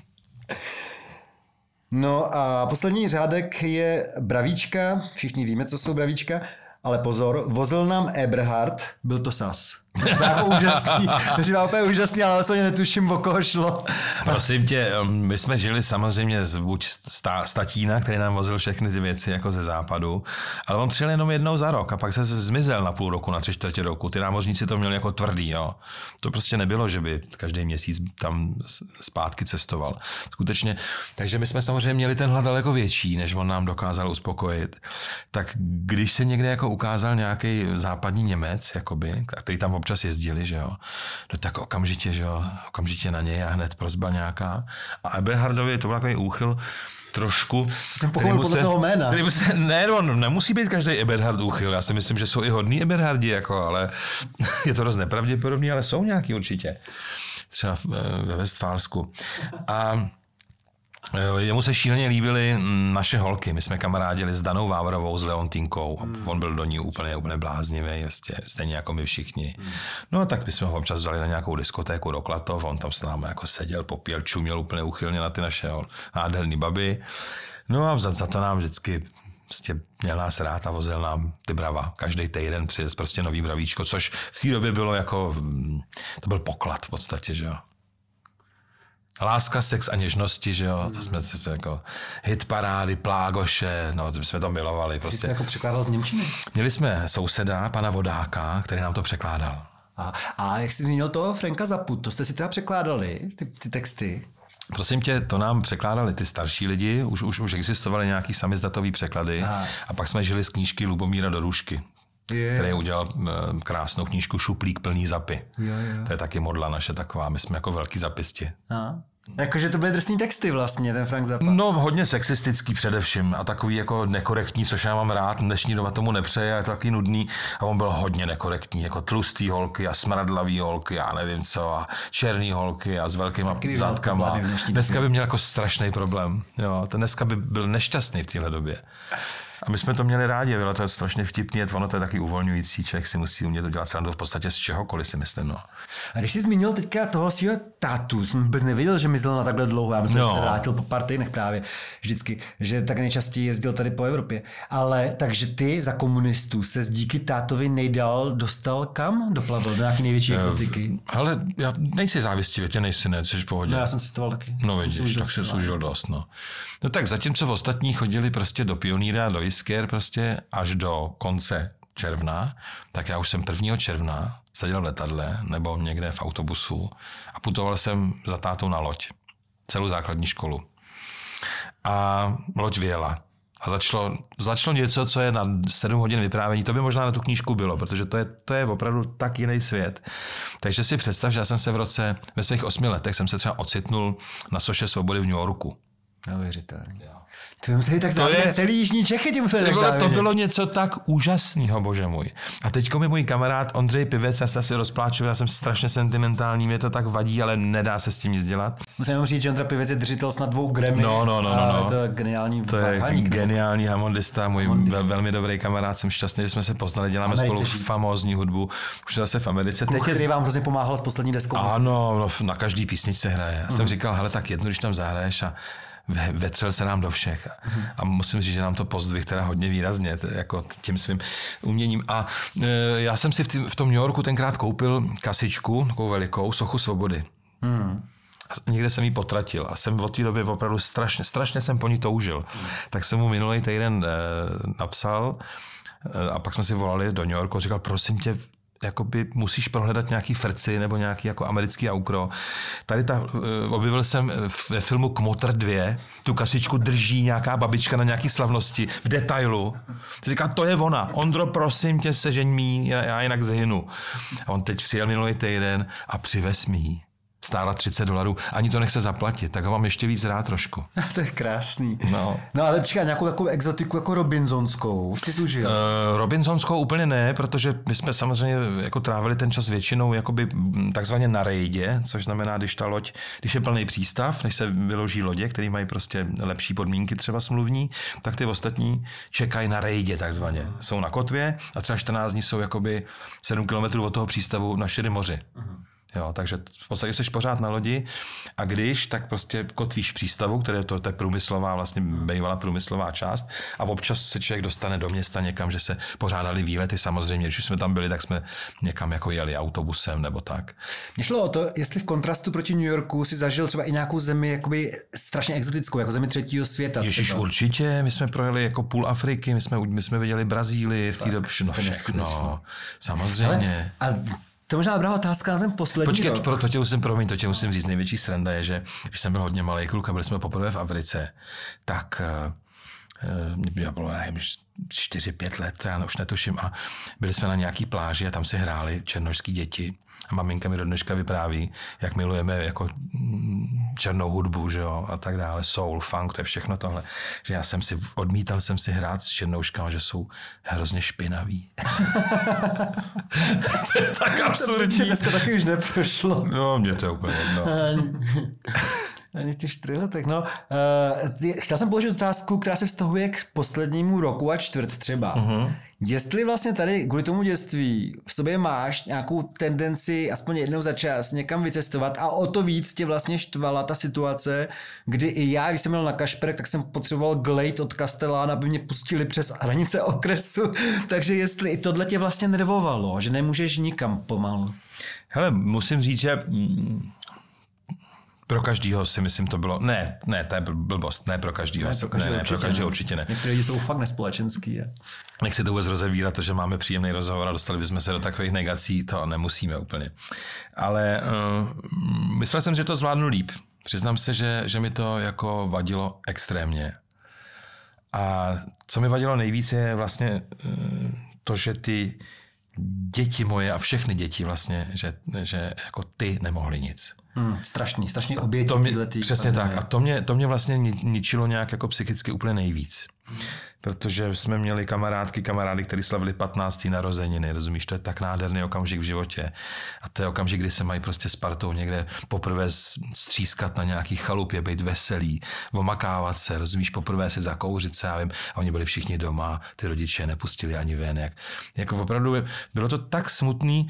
No a poslední řádek je Bravíčka. Všichni víme, co jsou Bravíčka. Ale pozor, vozil nám Eberhard, byl to sas. Říká úplně úžasný, ale vlastně netuším, o koho šlo.
Prosím tě, my jsme žili samozřejmě buď z tatína, který nám vozil všechny ty věci jako ze západu, ale on přijel jenom jednou za rok a pak se zmizel na půl roku, na 3/4 roku. Ty námořníci to měli jako tvrdý, jo. To prostě nebylo, že by každý měsíc tam zpátky cestoval. Skutečně, takže my jsme samozřejmě měli ten hlad daleko větší, než on nám dokázal uspokojit. Tak když se někde jako ukázal nějaký západní Němec, jakoby, který tam občas jezdili, že jo, no tak okamžitě na něj a hned prosba nějaká. A Eberhardovi to byl takový úchyl trošku.
To jsem pochopil podle toho jména.
Nemusí být každý Eberhard úchyl. Já si myslím, že jsou i hodný Eberhardi, jako, ale je to dost nepravděpodobný, ale jsou nějaký určitě. Třeba ve Westfálsku. A jemu se šíleně líbily naše holky. My jsme kamarádili s Danou Vávrovou, s Leontínkou. On byl do ní úplně bláznivý, stejně jako my všichni. No a tak my jsme ho občas vzali na nějakou diskotéku do Klatov. On tam s námi jako seděl, popíjel, čuměl úplně uchylně na ty naše nádherný baby. No a za to nám vždycky měl nás rád a vozil nám ty brava. Každý týden přijez prostě nový bravíčko, což v té době bylo jako, to byl poklad v podstatě, že jo. Láska, sex a něžnosti, že jo, to jsme si jako hitparády, plágoše, no, to jsme to milovali.
Prostě. Jsi to jako překládal z němčiny?
Měli jsme souseda, pana Vodáka, který nám to překládal.
A jak jsi zmínil toho Franka Zappu, to jste si teda překládali, ty texty?
Prosím tě, to nám překládali ty starší lidi, už existovaly nějaký samizdatový překlady. Aha. A pak jsme žili z knížky Lubomíra Dorušky. Který udělal krásnou knížku Šuplík plný zapy. Jo. To je taky modla naše taková, my jsme jako velký zapisti.
Jakože to byly drsný texty vlastně, ten Frank Zappa.
No hodně sexistický především a takový jako nekorektní, což já mám rád, dnešní doba tomu nepřeje a je to taky nudný a on byl hodně nekorektní, jako tlustý holky a smradlavý holky, já nevím co a černý holky a s velkýma zátkama. Dneska by měl jako strašný problém, jo, ten dneska by byl nešťastný v téhle době. A my jsme to měli rádi, bylo to strašně vtipný, ono to je taky uvolňující, člověk si musí umět udělat srandu v podstatě z čehokoliv, si myslím. No.
A když jsi zmínil teďka toho svého tátu, jsem vůbec nevěděl, že mizl na takhle dlouho, já myslím, že se vrátil po pár týdnech právě vždycky, že tak nejčastěji jezdil tady po Evropě. Ale takže ty za komunistů ses díky tátovi nejdál dostal kam? Doplavil do nějaký největší exotiky?
Ale já nejsi závistivě, tě nejsi, jsi v pohodě.
No já jsem cestoval taky.
No vidíš, tak jsi užil dost, no. No tak zatímco v ostatní chodili prostě do Pionýra, do Jisker prostě až do konce června, tak já už jsem 1. června seděl v letadle nebo někde v autobusu a putoval jsem za tátou na loď. Celou základní školu. A loď vyjela. A začalo něco, co je na 7 hodin vyprávění. To by možná na tu knížku bylo, protože to je opravdu tak jiný svět. Takže si představ, že já jsem se ve svých 8 letech jsem se třeba ocitnul na soše svobody v New Yorku.
Neuvěřitelný. Ty museli tak závidět, celý jižní Čechy ti museli tak závidět.
To bylo něco tak úžasného, bože můj. A teďko mi můj kamarád Ondřej Pivec, já se asi rozpláču, já jsem strašně sentimentální, mě to tak vadí, ale nedá se s tím nic dělat.
Musím jenom říct, že Ondra Pivec je držitel snad 2 Grammy.
No.
To je geniální
geniální hamondista, můj velmi dobrý kamarád, jsem šťastný, že jsme se poznali, děláme spolu famózní hudbu. Už zase v Americe.
Který vám hrozně pomáhal s poslední deskou.
Ano, na každý písničce hraje. Já jsem říkal, hele, tak jednu, když tam zahraješ a vetřel se nám do všech. A musím říct, že nám to pozdvih teda hodně výrazně, jako tím svým uměním. A já jsem si v tom New Yorku tenkrát koupil kasičku, takovou velikou, sochu svobody. A někde jsem ji potratil a jsem od té doby opravdu strašně jsem po ní toužil. Tak jsem mu minulý týden napsal a pak jsme si volali do New Yorku a říkal, prosím tě, jakoby musíš prohledat nějaký frci nebo nějaký jako americký aukro. Tady objevil jsem ve filmu Kmotr 2, tu kasičku drží nějaká babička na nějaký slavnosti v detailu. Říká, to je ona. Ondro, prosím tě, sežeň mi, já jinak zhynu. A on teď přijel minulý týden a přivez mi ji. Stála $30, ani to nechce zaplatit, tak ho mám ještě víc rád trošku.
To je krásný. No ale počkej, nějakou takovou exotiku jako Robinsonskou jsi užil?
Robinsonskou úplně ne, protože my jsme samozřejmě jako trávili ten čas většinou jakoby takzvaně na rejdě, což znamená, když je plný přístav, než se vyloží lodě, který mají prostě lepší podmínky třeba smluvní, tak ty ostatní čekají na rejdě takzvaně. Jsou na kotvě a třeba 14 dní jsou jakoby 7 kilometrů od toho přístavu na širém moři. Jo, takže v podstatě jsi pořád na lodi a když, tak prostě kotvíš v přístavu, které to je průmyslová, vlastně bývalá průmyslová část a občas se člověk dostane do města někam, že se pořádali výlety samozřejmě. Když jsme tam byli, tak jsme někam jako jeli autobusem nebo tak.
Mně šlo o to, jestli v kontrastu proti New Yorku si zažil třeba i nějakou zemi jakoby strašně exotickou, jako zemi třetího světa.
Ježíš, určitě, my jsme projeli jako půl Afriky, my jsme viděli Brazílii v té době, všechno, samozřejmě.
To možná dobrá otázka na ten poslední
Počkej,
rok.
to tě musím říct, největší sranda je, že když jsem byl hodně malý kluk a byli jsme poprvé v Africe, tak mě bylo 4-5 let, já už netuším, a byli jsme na nějaký pláži a tam si hráli černošský děti. A maminka mi do dneška vypráví, jak milujeme jako černou hudbu, že jo, a tak dále, soul, funk, to je všechno tohle. Že odmítal jsem si hrát s černouškama, že jsou hrozně špinaví. To je tak absurdní.
Dneska taky už neprošlo.
No, mě to je úplně jedno.
Ani v těch 4 letech, no. Chtěl jsem položit otázku, která se vztahuje k poslednímu roku a čtvrt třeba. Jestli vlastně tady kvůli tomu dětství v sobě máš nějakou tendenci aspoň jednou za čas někam vycestovat a o to víc tě vlastně štvala ta situace, kdy i já, když jsem měl na Kašperek, tak jsem potřeboval glejt od Kastelána, aby mě pustili přes hranice okresu, takže jestli i tohle tě vlastně nervovalo, že nemůžeš nikam pomalu.
Hele, musím říct, že pro každýho si myslím to bylo, ne, to je blbost, ne pro každýho, pro každýho určitě ne.
Někteří lidi jsou fakt nespolečenský.
Nechci to vůbec rozebírat, to, že máme příjemný rozhovor a dostali bychom se do takových negací, to nemusíme úplně. Ale myslel jsem, že to zvládnu líp. Přiznám se, že mi to jako vadilo extrémně. A co mi vadilo nejvíc je vlastně to, že ty děti moje a všechny děti vlastně, že jako ty nemohli nic.
Strašný oběť.
Přesně tak. A to mě vlastně ničilo nějak jako psychicky úplně nejvíc. Protože jsme měli kamarády, kteří slavili 15. narozeniny, rozumíš, to je tak nádherný okamžik v životě. A to je okamžik, kdy se mají prostě s partou někde poprvé střískat na nějaký chalupě, být veselý, omakávat se, rozumíš, poprvé si zakouřit se, já vím, a oni byli všichni doma, ty rodiče nepustili ani ven. Jako opravdu bylo to tak smutný,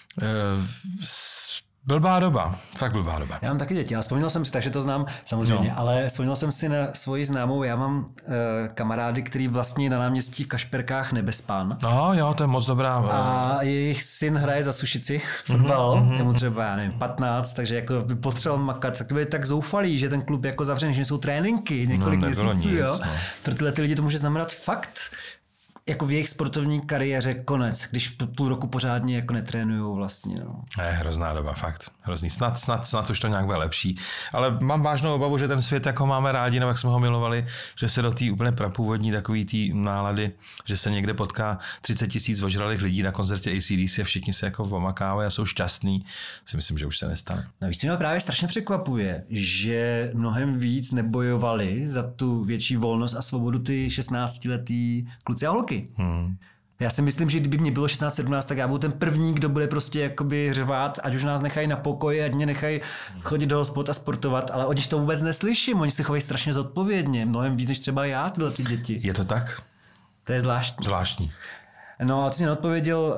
blbá doba, fakt blbá doba.
Já mám taky děti, ale vzpomněl jsem si, takže to znám samozřejmě, ale vzpomněl jsem si na svoji známou, já mám kamarády, který vlastně na náměstí v Kašperkách nebespán.
Jo, to je moc dobrá.
A jejich syn hraje za Sušici fotbal, je mu třeba, já nevím, 15, takže jako by potřeboval makat, tak by tak zoufalý, že ten klub jako zavřený, že jsou tréninky několik měsíců, jo. Pro tyhle ty lidi to může znamenat fakt jako v jejich sportovní kariéře konec, když půl roku pořádně jako netrénujou vlastně. No.
Je hrozná doba, fakt. Hrozný. Snad už to nějak bude lepší. Ale mám vážnou obavu, že ten svět, jako máme rádi, nebo jak jsme ho milovali, že se do té úplně prapůvodní takový té nálady, že se někde potká 30 000 ožralých lidí na koncertě AC/DC a všichni se jako pomakávají a jsou šťastní, si myslím, že už se nestane.
No víc mě právě strašně překvapuje, že mnohem víc nebojovali za tu větší volnost a svobodu ty 16letý kluci a holky. Já si myslím, že kdyby mě bylo 16-17, tak já budu ten první, kdo bude prostě jakoby řvát, ať už nás nechají na pokoji, ať mě nechají chodit do hospod a sportovat, ale od nich to vůbec neslyším, oni se chovají strašně zodpovědně, mnohem víc než třeba já, tyhle ty děti.
Je to tak?
To je zvláštní.
Zvláštní.
No, ale ty jsi neodpověděl,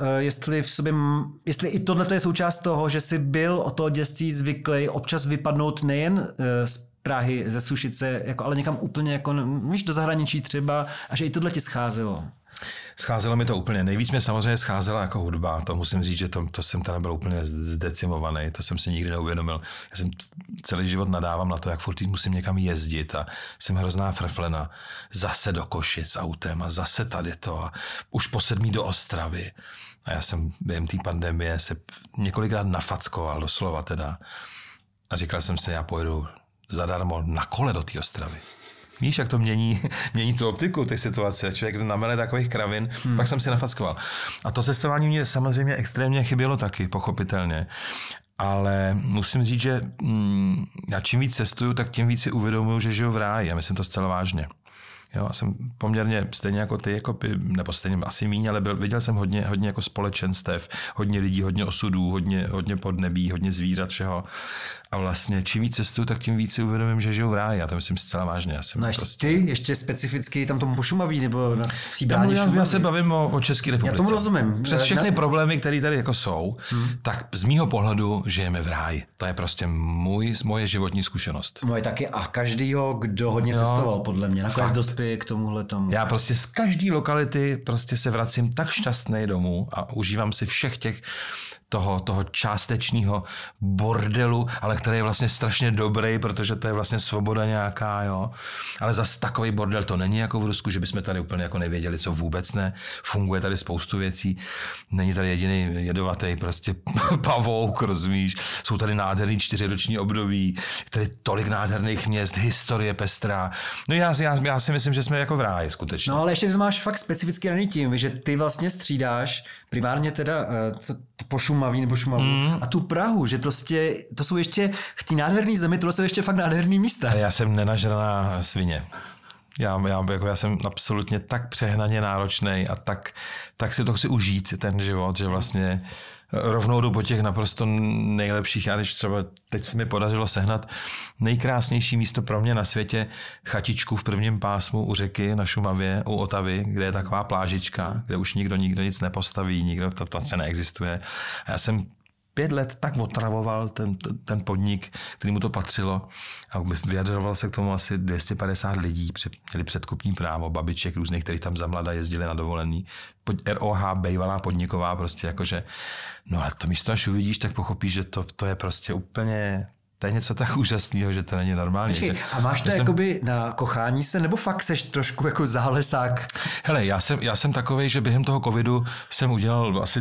jestli i tohle je součást toho, že jsi byl od toho dětství zvyklý občas vypadnout nejen z Prahy, ze Sušice, jako, ale někam úplně jako, víš, do zahraničí třeba, a že i tohle ti scházelo.
Scházelo mi to úplně. Nejvíc mě samozřejmě scházela jako hudba. To musím říct, že to jsem teda byl úplně zdecimovaný. To jsem si nikdy neuvědomil. Já jsem celý život nadávám na to, jak furt musím někam jezdit a jsem hrozná frflena. Zase do Košic autem a zase tady to a už po 7 do Ostravy. A já jsem během té pandemie se několikrát nafackoval, doslova teda. A říkal jsem si, já pojedu zadarmo na kole do té Ostravy. Víš, jak to mění tu optiku, ty situace. Člověk namele takových kravin, pak jsem si nafackoval. A to cestování mě samozřejmě extrémně chybělo taky, pochopitelně. Ale musím říct, že já čím víc cestuju, tak tím víc si uvědomuju, že žiju v ráji. Já myslím to zcela vážně. Jo, já jsem poměrně stejně jako ty, nebo stejně asi míň, ale viděl jsem hodně jako společenstev, hodně lidí, hodně osudů, hodně podnebí, hodně zvířat, všeho. A vlastně čím víc cestuju, tak tím víc si uvědomím, že žiju v ráji. Já to myslím zcela vážně. Já jsem
ještě specificky tam tomu Pošumaví nebo na Stříbrání
já se bavím o České republice.
Já tomu rozumím.
Přes všechny problémy, které tady jako jsou, tak z mýho pohledu žijeme v ráji. To je prostě moje životní zkušenost.
Moje taky a každýho, kdo hodně cestoval, podle mě. Nakonec dospěje k tomuhle tomu.
Já prostě z každé lokality prostě se vracím tak šťastný domů a užívám si všech těch toho částečního bordelu, ale který je vlastně strašně dobrý, protože to je vlastně svoboda nějaká, jo. Ale zas takový bordel to není jako v Rusku, že bychom tady úplně jako nevěděli, co vůbec ne. Funguje tady spoustu věcí. Není tady jediný jedovatý prostě pavouk, rozumíš. Jsou tady nádherný 4roční období, tady tolik nádherných měst, historie pestrá. No já si myslím, že jsme jako v ráji skutečně.
No ale ještě to máš fakt specificky daný tím, že ty vlastně střídáš primárně teda Pošumaví nebo Šumavu a tu Prahu, že prostě to jsou ještě v té nádherné zemi, tohle jsou ještě fakt nádherný místa.
Já jsem nenažraná svině. Já jsem absolutně tak přehnaně náročnej a tak si to chci užít, ten život, že vlastně rovnou jdu po těch naprosto nejlepších. Já když třeba teď se mi podařilo sehnat nejkrásnější místo pro mě na světě, chatičku v prvním pásmu u řeky na Šumavě, u Otavy, kde je taková plážička, kde už nikdo nic nepostaví, to se neexistuje. A já jsem 5 let tak otravoval ten podnik, který mu to patřilo a vyjadřoval se k tomu asi 250 lidí, měli předkupní právo, babiček různých, kteří tam za mlada jezdili na dovolený. ROH, bejvalá podniková, prostě jakože, no ale to místo, až uvidíš, tak pochopíš, že to je prostě úplně, to je něco tak úžasného, že to není normální.
Počkej, a máš to jakoby na kochání se, nebo fakt seš trošku jako zálesák?
Hele, já jsem takovej, že během toho covidu jsem udělal asi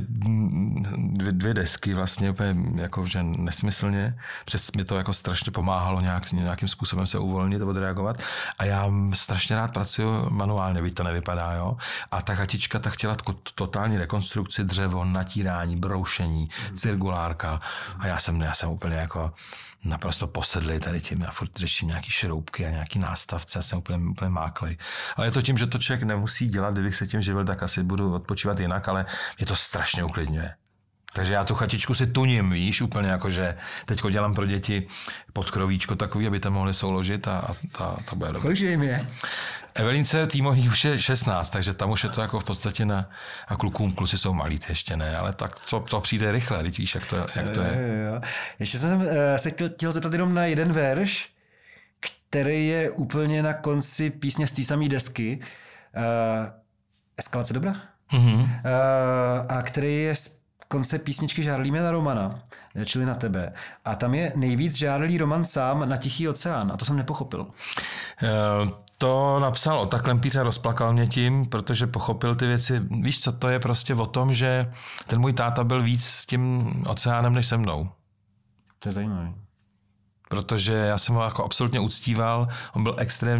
2 desky vlastně úplně jakože nesmyslně. Přes mě to jako strašně pomáhalo nějakým způsobem se uvolnit nebo odreagovat. A já strašně rád pracuji manuálně, byť to nevypadá, jo. A ta chatička ta chtěla totální rekonstrukci, dřevo, natírání, broušení, cirkulárka. A já jsem úplně jako naprosto posedlý tady tím. Já furt řeším nějaký šroubky a nějaký nástavce a jsem úplně máklej. Ale je to tím, že to člověk nemusí dělat, kdybych se tím živil, tak asi budu odpočívat jinak, ale mě to strašně uklidňuje. Takže já tu chatičku si tuním, víš, úplně jako, že teďko dělám pro děti podkrovíčko takový, aby tam mohli souložit a to bude dobré.
Kolik jim je?
Evelínce týmohý už je 16, takže tam už je to jako v podstatě a kluci jsou malí, ještě ne, ale tak to přijde rychle, teď víš, jak to je.
Jo. Ještě jsem se chtěl zeptat jenom na jeden verš, který je úplně na konci písně z té samé desky. Eskalace dobra?
Mm-hmm.
A který je konce písničky Žárlíme na Romana, čili na tebe. A tam je nejvíc žárlí Roman sám na Tichý oceán. A to jsem nepochopil.
To napsal Ota Klempíř a rozplakal mě tím, protože pochopil ty věci. Víš co, to je prostě o tom, že ten můj táta byl víc s tím oceánem než se mnou.
To je zajímavé.
Protože já jsem ho jako absolutně uctíval. On byl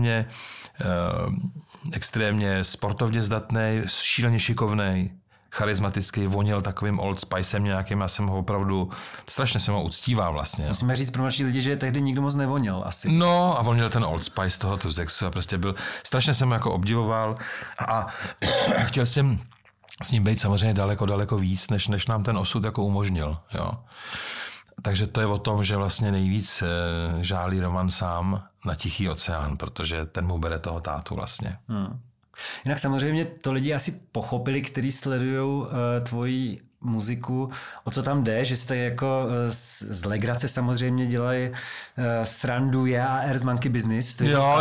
extrémně sportovně zdatný, šíleně šikovnej, charismatický, vonil takovým Old Spicem nějakým, já jsem ho opravdu, strašně jsem ho uctíval vlastně.
Musíme říct pro naši lidi, že tehdy nikdo moc nevonil asi.
No a on měl ten Old Spice toho Tuzexu a prostě byl, strašně jsem ho jako obdivoval a chtěl jsem s ním být samozřejmě daleko víc, než nám ten osud jako umožnil, jo. Takže to je o tom, že vlastně nejvíc žálí Roman sám na Tichý oceán, protože ten mu bere toho tátu vlastně.
Jinak samozřejmě to lidi asi pochopili, kteří sledují tvoji muziku, o co tam jde, že jste jako z legrace samozřejmě dělají srandu JAR z Monkey Business.
Jo.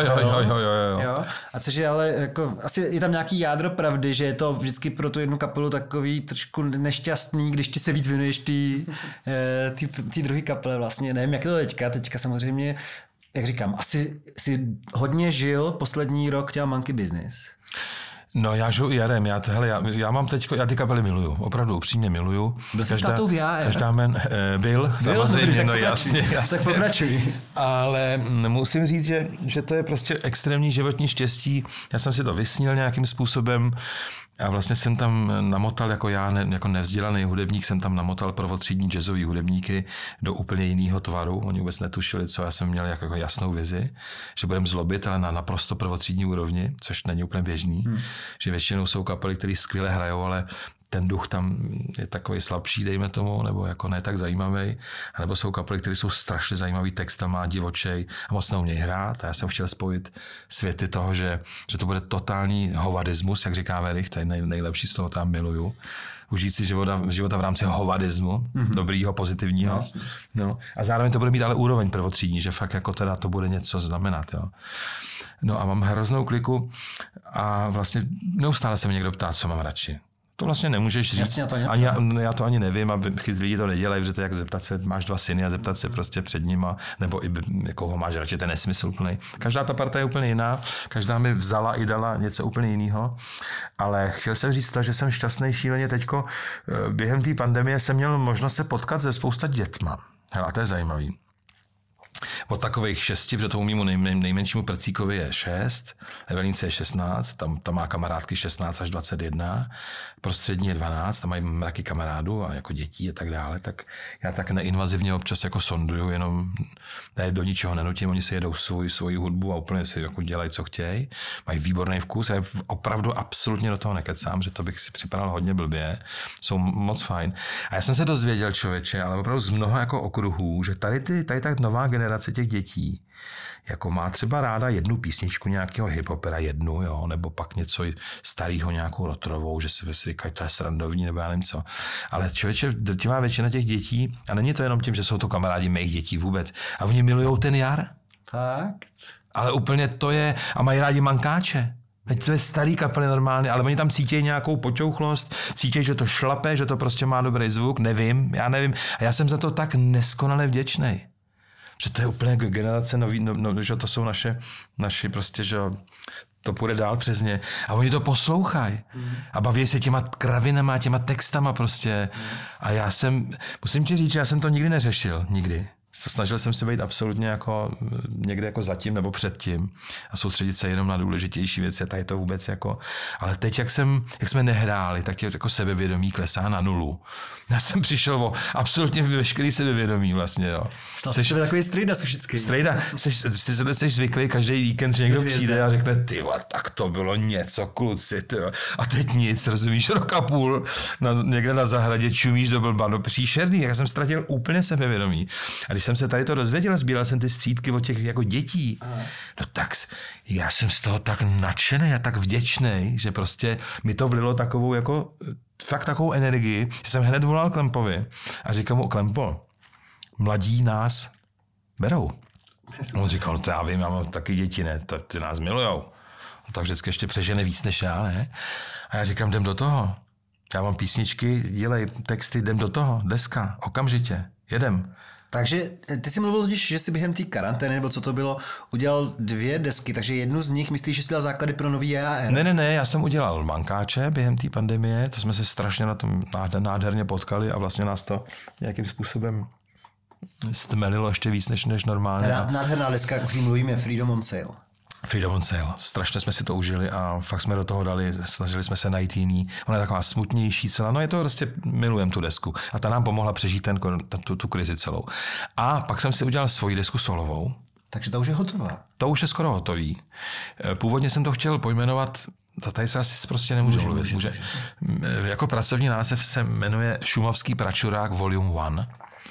A což je ale jako, asi je tam nějaký jádro pravdy, že je to vždycky pro tu jednu kapelu takový trošku nešťastný, když ty se víc věnuješ ty druhé kapele vlastně. Nevím, jak je to teďka samozřejmě, jak říkám, asi si hodně žil poslední rok těla Monkey Business.
No já žiju i jarem, já mám teďko, já ty kapely miluju, opravdu upřímně miluju.
Byl jsi s tátou v JAR?
Byl, samozřejmě, no jasně.
Tak pokračuj.
Ale musím říct, že to je prostě extrémní životní štěstí. Já jsem si to vysnil nějakým způsobem a vlastně jsem tam namotal, jako já, jako nevzdělaný hudebník, jsem tam namotal prvotřídní jazzový hudebníky do úplně jiného tvaru. Oni vůbec netušili, co já jsem měl jako jasnou vizi, že budeme zlobit, ale na naprosto prvotřídní úrovni, což není úplně běžný, že většinou jsou kapely, které skvěle hrajou, ale ten duch tam je takový slabší, dejme tomu, nebo jako ne tak zajímavý, nebo jsou kapely, které jsou strašně zajímavý textama, divočej a moc neumějí hrát. A já jsem chtěl spojit světy toho, že to bude totální hovadismus, jak říká Verich, to je nejlepší slovo, tam miluju. Užít si života v rámci hovadismu, dobrýho, pozitivního. No. A zároveň to bude mít ale úroveň prvotřídní, že fakt jako teda to bude něco znamenat. Jo. No a mám hroznou kliku a vlastně neustále se mě někdo ptá, co mám radši. To vlastně nemůžeš říct.
Jasně,
já to ani nevím a lidi to nedělají, protože to jak zeptat se, máš 2 syny a zeptat se prostě před nima, nebo i koho máš radši, ten nesmysl úplný. Každá ta parta je úplně jiná, každá mi vzala i dala něco úplně jiného, ale chtěl jsem říct to, že jsem šťastný šíleně teďko. Během té pandemie jsem měl možnost se potkat se spousta dětma. Hele, a to je zajímavý. Od takových 6, protože tomu mému nejmenšímu prcíkovi je 6, Evelínce je 16, tam má kamarádky 16 až 21, prostřední je 12, tam mají taky kamarádů a jako dětí a tak dále, tak já tak neinvazivně občas jako sonduju, jenom do ničeho nenutím, oni si jedou svoji hudbu a úplně si jako dělají, co chtějí, mají výborný vkus, já opravdu absolutně do toho nekecám, že to bych si připadal hodně blbě, jsou moc fajn. A já jsem se dozvěděl, člověče, ale opravdu z mnoha jako okruhů, že tady ta nová generace těch dětí jako má třeba ráda jednu písničku nějakého hiphopera, jo, nebo pak něco starého, nějakou rotrovou, že si říkají, to je srandovní, nebo já nevím co. Ale člověče, drtivá většina těch dětí, a není to jenom tím, že jsou to kamarádi mých dětí vůbec, a oni milujou ten jar.
Tak.
Ale úplně to je, a mají rádi mankáče. To je starý kapely normálně, ale oni tam cítí nějakou poťouchlost, cítí, že to šlape, že to prostě má dobrý zvuk, já nevím. A já jsem za to tak neskonale vděčnej. Že to je úplně generace nový, že to jsou naši prostě, že to půjde dál přes ně. A oni to poslouchají. A baví se těma kravinama, těma textama prostě. A musím ti říct, že já jsem to nikdy neřešil. Nikdy. Snažil jsem se být absolutně jako někde jako zatím nebo předtím a soustředit se jenom na důležitější věci a tady to vůbec jako, ale teď, jak jsme nehráli, tak je jako sebevědomí klesá na 0. Já jsem přišel o absolutně veškerý sebevědomí vlastně, jo.
Jsi takový strejda sušický.
Strejda, jsi zvyklý každý víkend, že někdo přijde a řekne, ty tak to bylo něco, kluci, tyjo. A teď nic, rozumíš, rok a půl někde na zahradě čumíš do blba, no příšerný, jak jsem ztratil úplně sebevědomí. A když jsem se tady to dozvěděl, sbíral jsem ty střípky od těch jako dětí, no tak já jsem z toho tak nadšený a tak vděčný, že prostě mi to vlilo takovou jako fakt takovou energii, že jsem hned volal Klempovi a říkal mu, Klempo, mladí nás berou. On říkal, no to já vím, já mám taky děti, ne, ty nás milujou. No tak vždycky ještě přežene víc než já, ne? A já říkám, jdem do toho. Já mám písničky, dělej texty, jdem do toho, deska, okamžitě, jedem.
Takže ty jsi mluvil totiž, že jsi během té karantény, nebo co to bylo, udělal 2 desky, takže jednu z nich myslíš, že jsi dal základy pro nový EAR?
Ne, já jsem udělal Mankáče během té pandemie, to jsme se strašně na tom nádherně potkali a vlastně nás to nějakým způsobem stmelilo ještě víc než normálně.
Nádherná deska, o kterým mluvíme, Freedom on Sale.
Freedom on Sale. Strašně jsme si to užili a fakt jsme do toho dali, snažili jsme se najít jiný. Ona je taková smutnější celá, no je to prostě, milujem tu desku. A ta nám pomohla přežít tu krizi celou. A pak jsem si udělal svoji desku solovou.
Takže ta už je hotová.
To už je skoro hotový. Původně jsem to chtěl pojmenovat, tady se asi prostě nemůže mluvit. Jako pracovní název se jmenuje Šumavský pračurák Volume 1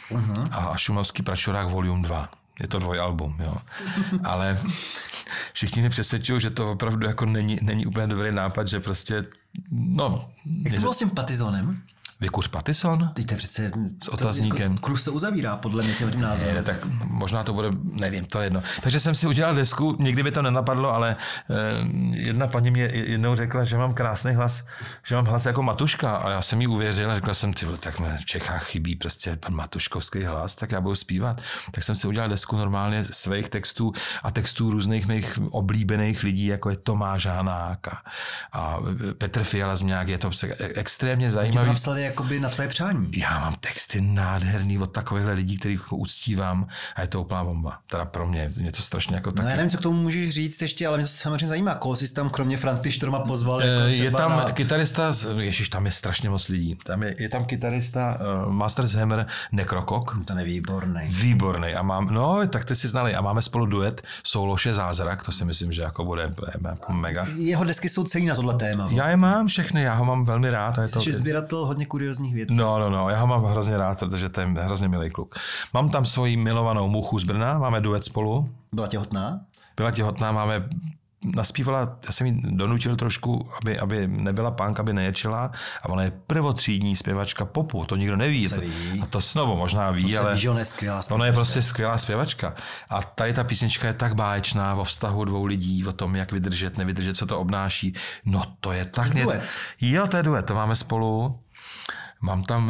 a Šumavský pračurák Volume 2. Je to 2 album, jo. Ale všichni mě přesvědčují, že to opravdu jako není úplně dobrý nápad, že prostě, no...
Jak to bylo s tím Patisonem?
Vykuř Patison?
Teď to je přece...
S otazníkem.
Kruh se uzavírá, podle mě tím názvem.
Ne, tak možná to bude, nevím, to je jedno. Takže jsem si udělal desku, nikdy by to nenapadlo, ale jedna paní mě jednou řekla, že mám krásný hlas, že mám hlas jako Matuška a já jsem jí uvěřil a řekla jsem, tak mě v Čechách chybí prostě matuškovský hlas, tak já budu zpívat. Tak jsem si udělal desku normálně svých textů a textů různých mých oblíbených lidí, jako je Tomáš Hanák a Petr Fiala Zmňák, je to extrémně zajímavý.
Jakoby na tvoje přání.
Já mám texty nádherný od takovýchhle lidí, kterých jako uctívám a je to úplná bomba. Teda pro mě to strašně jako taky.
No já nevím, co k tomu můžeš říct ještě, ale mě to samozřejmě zajímá. Koho jsi tam kromě Franty Štorma pozval? Jako
je tam kytarista, ježiš, tam je strašně moc lidí. Tam je tam kytarista Masters Hammer Nekrokok.
To je výborný.
Výborný. A tak ty si znali. A máme spolu duet Souloše Zázrak, to si myslím, že jako bude mega.
Jeho desky jsou celý na tohle téma.
Vlastně. Já je mám všechny, já ho mám velmi rád.
Jsi sběratel hodně kuriózních věcí.
No, já ho mám hrozně rád, protože to je hrozně milý kluk. Mám tam svoji milovanou Muchu z Brna, máme duet spolu.
Byla těhotná?
Byla těhotná, naspívala, já jsem jí donutil trošku, aby nebyla punk, aby neječila a ona je prvotřídní zpěvačka popu, to nikdo neví. A to snobo možná ví, ale ona je prostě skvělá zpěvačka. A tady ta písnička je tak báječná o vztahu 2 lidí, o tom, jak vydržet, nevydržet, co to obnáší. No to je tak...
Duet.
Jo, to je duet, to máme spolu. Mám tam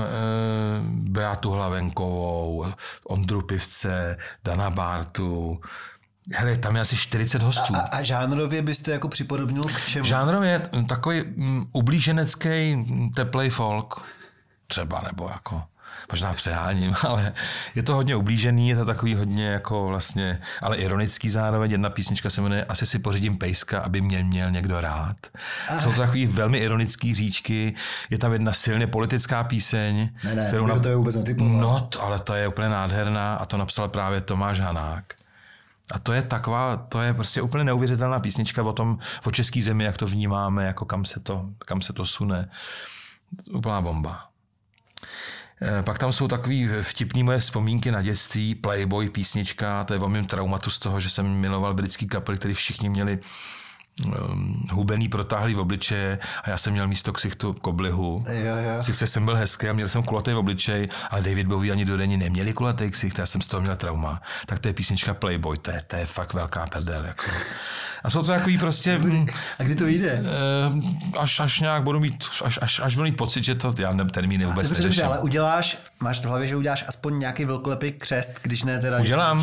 Beatu Hlavenkovou, Ondru Pivce, Dana Bártu. Hele, tam je asi 40 hostů.
A žánrově byste jako připodobnil k čemu?
Žánrově takový ublíženecký teplej folk. Třeba, nebo jako... Možná přeháním, ale je to hodně ublížený, je to takový hodně jako vlastně, ale ironický zároveň. Jedna písnička se jmenuje Asi si pořídím pejska, aby mě měl někdo rád. Jsou to takový velmi ironický říčky, je tam jedna silně politická píseň.
Ne, kterou to je vůbec netypoval.
No, ale ta je úplně nádherná a to napsal právě Tomáš Hanák. A to je prostě úplně neuvěřitelná písnička o český zemi, jak to vnímáme, jako kam se to sune. Úplná bomba. Pak tam jsou takový vtipný moje vzpomínky na dětství, Playboy písnička, to je o mým traumatu z toho, že jsem miloval britský kapely, který všichni měli hubený protáhlý v obličeje a já jsem měl místo ksichtu koblihu.
Jo.
Sice jsem byl hezký a měl jsem kulatý v obličej, ale David Bowie ani Doreni neměli kulatý ksicht, já jsem z toho měl trauma. Tak to je písnička Playboy, to je fakt velká prdel. Jako. A jsou to takový prostě...
A kdy to vyjde?
Až nějak budu mít, až budu mít pocit, že to já termíny vůbec neřeším.
Ale máš v hlavě, že uděláš aspoň nějaký velkolepý křest, když ne teda...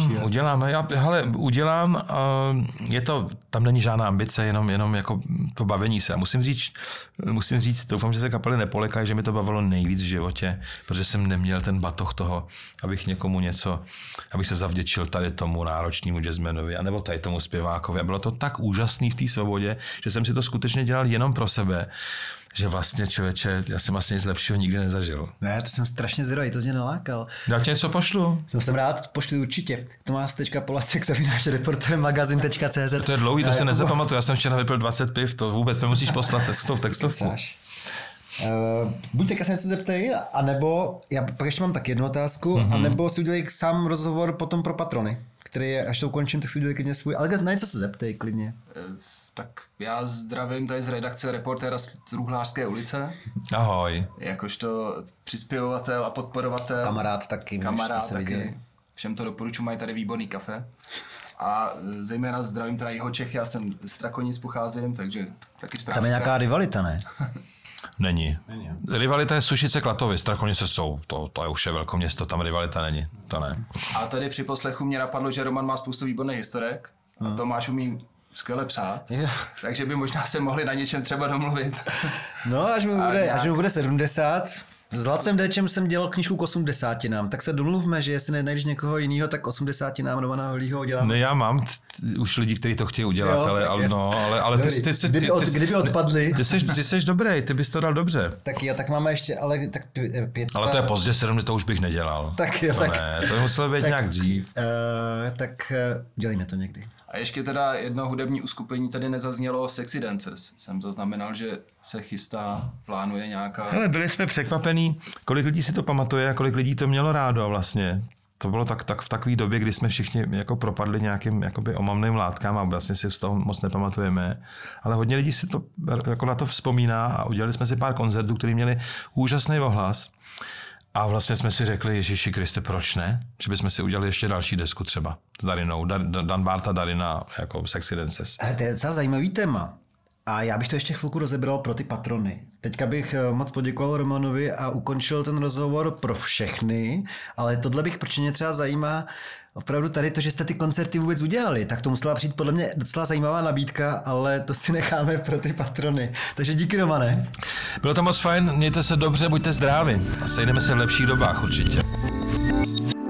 Udělám. Tam není žádná ambice, jenom jako to bavení se. A musím říct, doufám, že se kapely nepolekají, že mi to bavilo nejvíc v životě, protože jsem neměl ten batoh toho, abych někomu abych se zavděčil tady tomu náročnému jazzmanovi, anebo tady tomu zpěvákovi. A bylo to tak úžasný v té svobodě, že jsem si to skutečně dělal jenom pro sebe, že vlastně člověče, já jsem vlastně nic lepšího nikdy nezažil. Ne, to jsem strašně zvědavý, to mě nalákal.
Já ti něco pošlu.
To jsem rád, pošli určitě. Tomáš.polacek@reportermagazin.cz.
To je dlouhý, to se nezapamatuju, já jsem včera vypil 20 piv, to vůbec nemusíš poslat textovku.
Buď teďka se něco zeptej, anebo, já pak ještě mám tak jednu otázku, anebo si udělej sám rozhovor potom pro patrony, který je, až to ukončím, tak si udělej klidně svůj, ale na něco se zeptej klidně.
Tak já zdravím tady z redakce Reportéra z Truhlářské ulice.
Ahoj.
Jakožto přispěvovatel a podporovatel.
Kamarád taky.
Všem to doporučuji, mají tady výborný kafe. A zejména zdravím teda Jihočech, já jsem z Strakonic pocházím, takže taky správně.
Tam je nějaká rivalita, ne?
Není. Rivalita je Sušice Klatovy, Strachonice jsou, to je už je velkoměsto, tam rivalita není, to ne.
A tady při poslechu mě napadlo, že Roman má spoustu výborných historek a Tomáš umí skvěle psát, takže by možná se mohli na něčem třeba domluvit.
No, až mi bude 70. S Lacem Déčem jsem dělal knížku k 80, tak se domluvme, že jestli nenajdeš někoho jiného, tak 80 Romana Holího uděláme.
Ne, já mám už lidi, kteří to chtějí udělat, jo, ale
kdyby odpadli.
Ty jsi dobrý, ty bys to dal dobře.
Tak jo, tak máme ještě, ale tak 5.
Ale to je pozdě, 7, to už bych nedělal.
Tak jo,
to
tak.
Ne, to muselo být nějak dřív.
Tak dělejme to někdy.
A ještě teda jedno hudební uskupení tady nezaznělo, Sexy Dancers. Jsem zaznamenal, že se chystá, plánuje nějaká...
Hele, byli jsme překvapení, kolik lidí si to pamatuje a kolik lidí to mělo rádo vlastně. To bylo tak v takové době, kdy jsme všichni jako propadli nějakým jakoby omamným látkám a vlastně si z toho moc nepamatujeme. Ale hodně lidí si to jako na to vzpomíná a udělali jsme si pár koncertů, které měli úžasný ohlas. A vlastně jsme si řekli, Ježíši Kriste, proč ne? Že bychom si udělali ještě další desku třeba s Darinou. Dan Barta, Darina, jako Sexy Dancers.
To je docela zajímavý téma. A já bych to ještě chvilku rozebral pro ty patrony. Teďka bych moc poděkoval Romanovi a ukončil ten rozhovor pro všechny, ale tohle bych, proč mě třeba zajímá, opravdu tady to, že jste ty koncerty vůbec udělali, tak to musela přijít podle mě docela zajímavá nabídka, ale to si necháme pro ty patrony. Takže díky, Romane.
Bylo to moc fajn, mějte se dobře, buďte zdraví a sejdeme se v lepších dobách určitě.